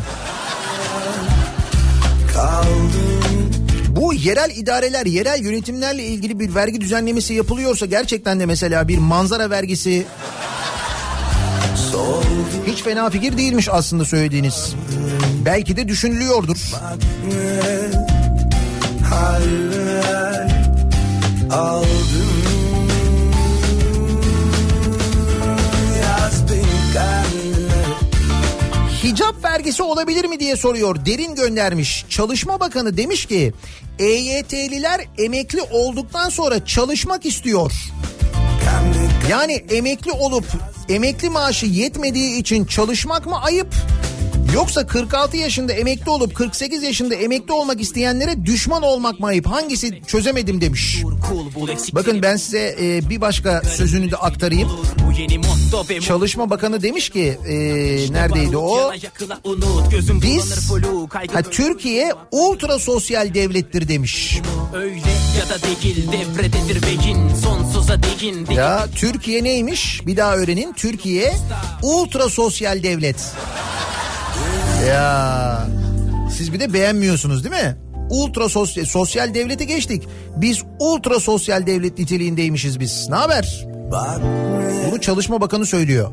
Bu yerel idareler, yerel yönetimlerle ilgili bir vergi düzenlemesi yapılıyorsa gerçekten de mesela bir manzara vergisi hiç fena fikir değilmiş aslında söylediğiniz. Belki de düşünülüyordur. Hicap vergisi olabilir mi diye soruyor. Derin göndermiş. Çalışma Bakanı demiş ki E Y T'liler emekli olduktan sonra çalışmak istiyor. Yani emekli olup emekli maaşı yetmediği için çalışmak mı ayıp? Yoksa kırk altı yaşında emekli olup kırk sekiz yaşında emekli olmak isteyenlere düşman olmak mı ayıp? Hangisi çözemedim demiş. Bakın ben size e, bir başka sözünü de aktarayım. Çalışma Bakanı demiş ki e, neredeydi o? Biz ha, Türkiye ultra sosyal devlettir demiş. Ya Türkiye neymiş? Bir daha öğrenin. Türkiye ultra sosyal devlet. Ya siz bir de beğenmiyorsunuz değil mi? Ultra sosyal, sosyal devlete geçtik. Biz ultra sosyal devlet niteliğindeymişiz biz. Ne haber? Bunu Çalışma Bakanı söylüyor.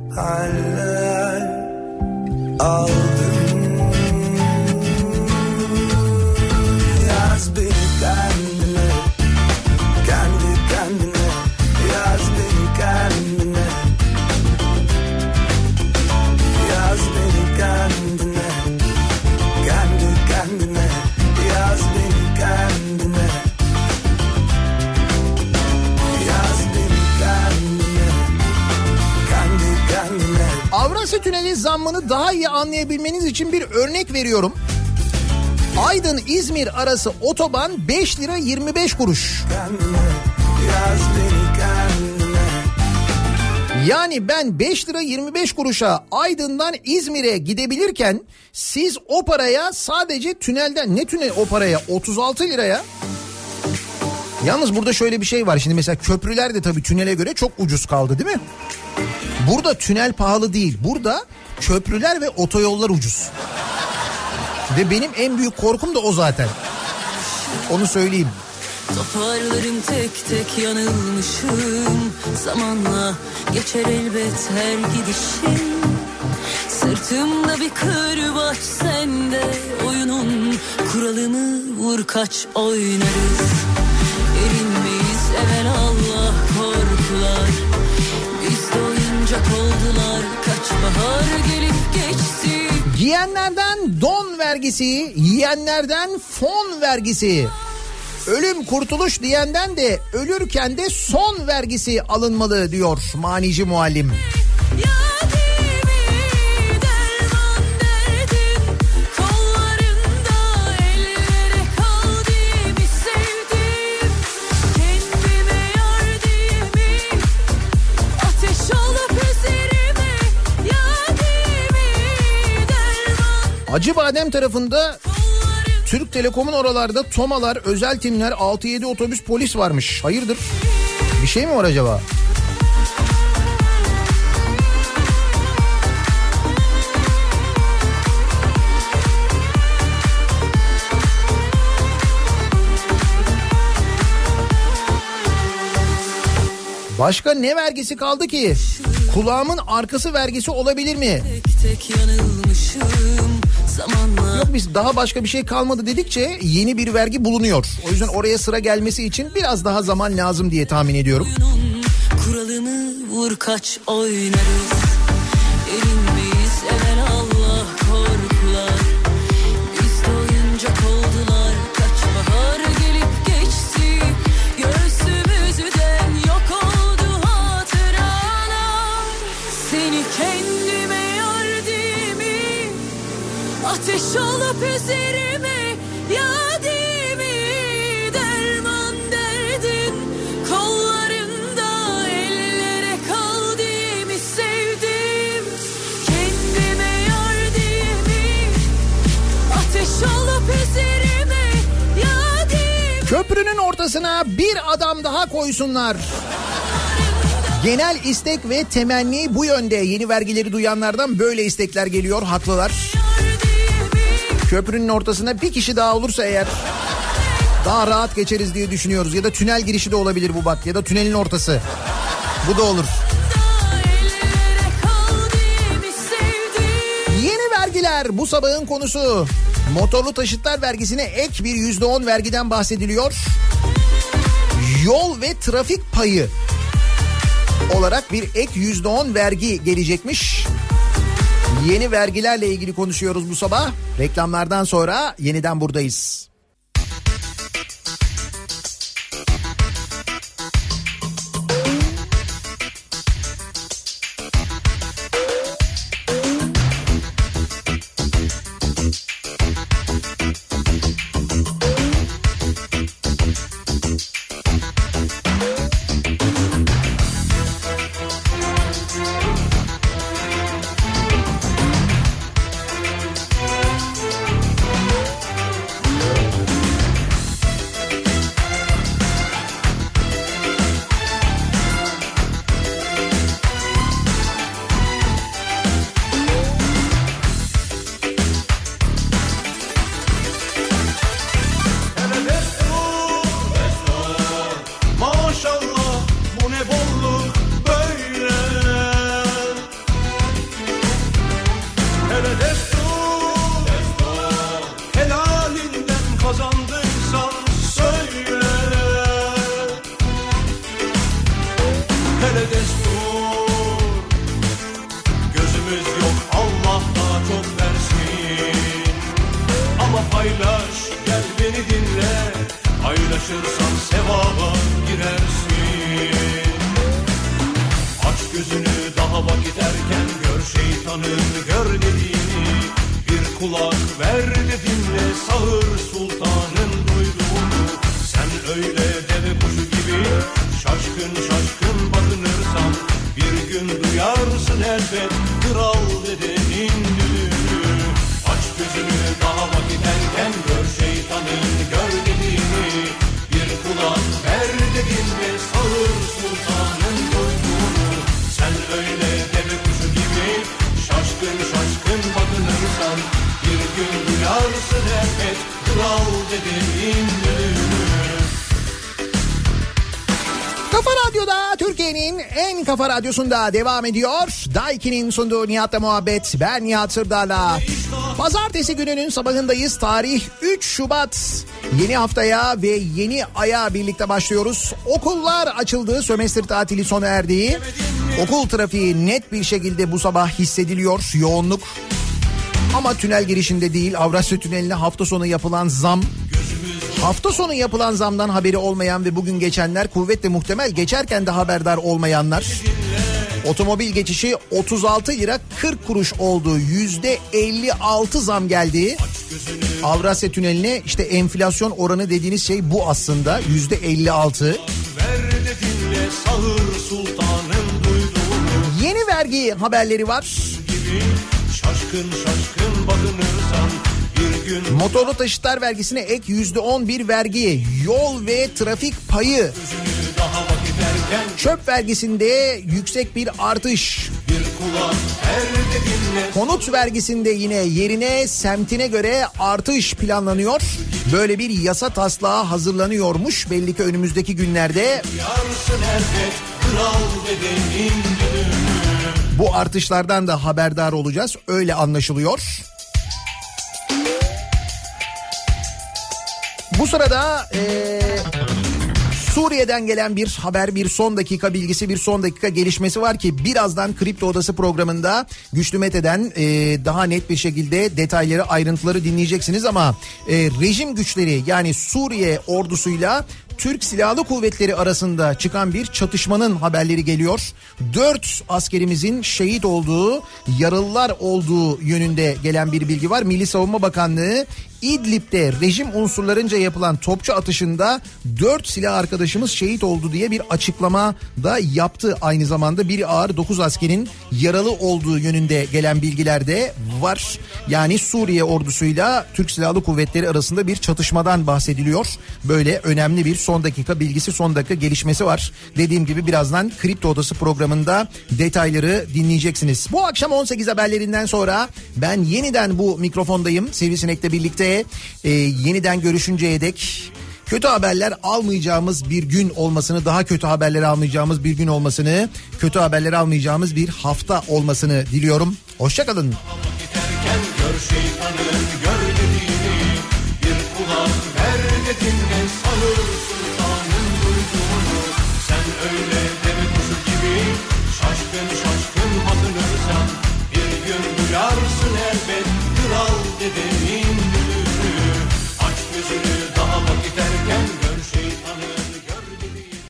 Yaz beni kendine, kendi kendine, yaz beni kendine, yaz beni kendine, kendi kendine, yaz beni kendine, yaz beni kendine, kendi kendine. Avrasya Tüneli zammını daha iyi anlayabilmeniz için bir örnek veriyorum. Aydın-İzmir arası otoban beş lira yirmi beş kuruş. Yani ben beş lira yirmi beş kuruşa Aydın'dan İzmir'e gidebilirken siz o paraya sadece tünelden, ne tünel o paraya, otuz altı liraya. Yalnız burada şöyle bir şey var. Şimdi mesela köprüler de tabii tünele göre çok ucuz kaldı değil mi? Burada tünel pahalı değil. Burada köprüler ve otoyollar ucuz. Ve benim en büyük korkum da o zaten. Onu söyleyeyim. Toparlarım tek tek yanılmışım. Zamanla geçer elbet her gidişim. Sırtımda bir kırbaç sende. Oyunun kuralını vur kaç oynarız. Erinmeyiz evvel Allah korkular. Biz de oyuncak oldular. Kaç bahar gelip geçti. Giyenlerden don vergisi, yiyenlerden fon vergisi. Ölüm kurtuluş diyenden de ölürken de son vergisi alınmalı diyor manici muallim. Acıbadem tarafında Türk Telekom'un oralarda tomalar, özel timler, altı yedi otobüs polis varmış. Hayırdır? Bir şey mi var acaba? Başka ne vergisi kaldı ki? Kulağımın arkası vergisi olabilir mi? Tek tek yanılmışım. Zamanla... Yok, biz daha başka bir şey kalmadı dedikçe yeni bir vergi bulunuyor. O yüzden oraya sıra gelmesi için biraz daha zaman lazım diye tahmin ediyorum. Kuralını vur kaç oynarız. Erinmeyiz evvel Allah korkular. Biz de oyuncak oldular. Kaç bahar gelip geçti. Göğsümüzden yok oldu hatıralar. Seni kendime yardımı, ateş olup üzerime yadimi, derman derdin kollarında, ellere kaldığımı sevdim. Kendime yardımı, ateş olup üzerime yadimi. Köprünün ortasına bir adam daha koysunlar. Genel istek ve temenni bu yönde. Yeni vergileri duyanlardan böyle istekler geliyor, haklılar. Köprünün ortasına bir kişi daha olursa eğer daha rahat geçeriz diye düşünüyoruz. Ya da tünel girişi de olabilir bu bak, ya da tünelin ortası. Bu da olur. Yeni vergiler bu sabahın konusu. Motorlu taşıtlar vergisine ek bir yüzde on vergiden bahsediliyor. Yol ve trafik payı olarak bir ek yüzde on vergi gelecekmiş. Yeni vergilerle ilgili konuşuyoruz bu sabah. Reklamlardan sonra yeniden buradayız. Gücümüz yok, Allah daha çok versin. Ama paylaş, gel beni dinle. Paylaşırsan sevaba girersin. Aç gözünü, daha vakit erken, gör şeytanın gör dediğini. Bir kulak ver de dinle, sağır sultanın duyduğunu. Sen öyle deve kuşu gibi şaşkın şaşkın bakınırsan, bir gün duyarsın elbet kral dedenin düdüğünü. Aç gözünü, daha vakit erken, gör şeytanın gör dediğini. Bir kulak ver de dinle, sağır sultanın duyduğunu. Sen öyle deve kuşu gibi şaşkın şaşkın bakınırsan, bir gün duyarsın elbet kral dedenin düdüğünü. Kafa Radyo'da, Türkiye'nin en kafa radyosunda devam ediyor. Daiki'nin sunduğu Nihat'la muhabbet. Ben Nihat Sırdar'la. Pazartesi gününün sabahındayız. Tarih üç Şubat. Yeni haftaya ve yeni aya birlikte başlıyoruz. Okullar açıldı. Sömestr tatili sona erdi. Okul trafiği net bir şekilde bu sabah hissediliyor. Yoğunluk. Ama tünel girişinde değil, Avrasya Tüneli'ne hafta sonu yapılan zam. Hafta sonu yapılan zamdan haberi olmayan ve bugün geçenler, kuvvetle muhtemel geçerken de haberdar olmayanlar. Otomobil geçişi otuz altı lira kırk kuruş oldu. yüzde elli altı zam geldi. Avrasya Tüneli'ne, işte enflasyon oranı dediğiniz şey bu aslında. yüzde elli altı. Yeni vergi haberleri var. Şaşkın şaşkın bakınırsan bir gün... Motorlu taşıtlar vergisine ek yüzde on bir vergi, yol ve trafik payı, çöp vergisinde yüksek bir artış, konut vergisinde yine yerine semtine göre artış planlanıyor. Böyle bir yasa taslağı hazırlanıyormuş, belli ki önümüzdeki günlerde. Bu artışlardan da haberdar olacağız, öyle anlaşılıyor. Bu sırada ee, Suriye'den gelen bir haber, bir son dakika bilgisi, bir son dakika gelişmesi var ki birazdan Kripto Odası programında Güçlü Mete'den e, daha net bir şekilde detayları, ayrıntıları dinleyeceksiniz ama e, rejim güçleri, yani Suriye ordusuyla Türk Silahlı Kuvvetleri arasında çıkan bir çatışmanın haberleri geliyor. Dört askerimizin şehit olduğu, yaralılar olduğu yönünde gelen bir bilgi var. Milli Savunma Bakanlığı İdlib'de rejim unsurlarınca yapılan topçu atışında dört silah arkadaşımız şehit oldu diye bir açıklama da yaptı. Aynı zamanda biri ağır, dokuz askerin yaralı olduğu yönünde gelen bilgiler de var. Yani Suriye ordusuyla Türk Silahlı Kuvvetleri arasında bir çatışmadan bahsediliyor. Böyle önemli bir son dakika bilgisi, son dakika gelişmesi var. Dediğim gibi birazdan Kripto Odası programında detayları dinleyeceksiniz. Bu akşam on sekiz haberlerinden sonra ben yeniden bu mikrofondayım. Sivrisinek'le birlikte e, yeniden görüşünceye dek kötü haberler almayacağımız bir gün olmasını, daha kötü haberler almayacağımız bir gün olmasını, kötü haberler almayacağımız bir hafta olmasını diliyorum. Hoşçakalın. Şaşkın şaşkın bakınırsan bir gün duyarsın elbet kral dedenin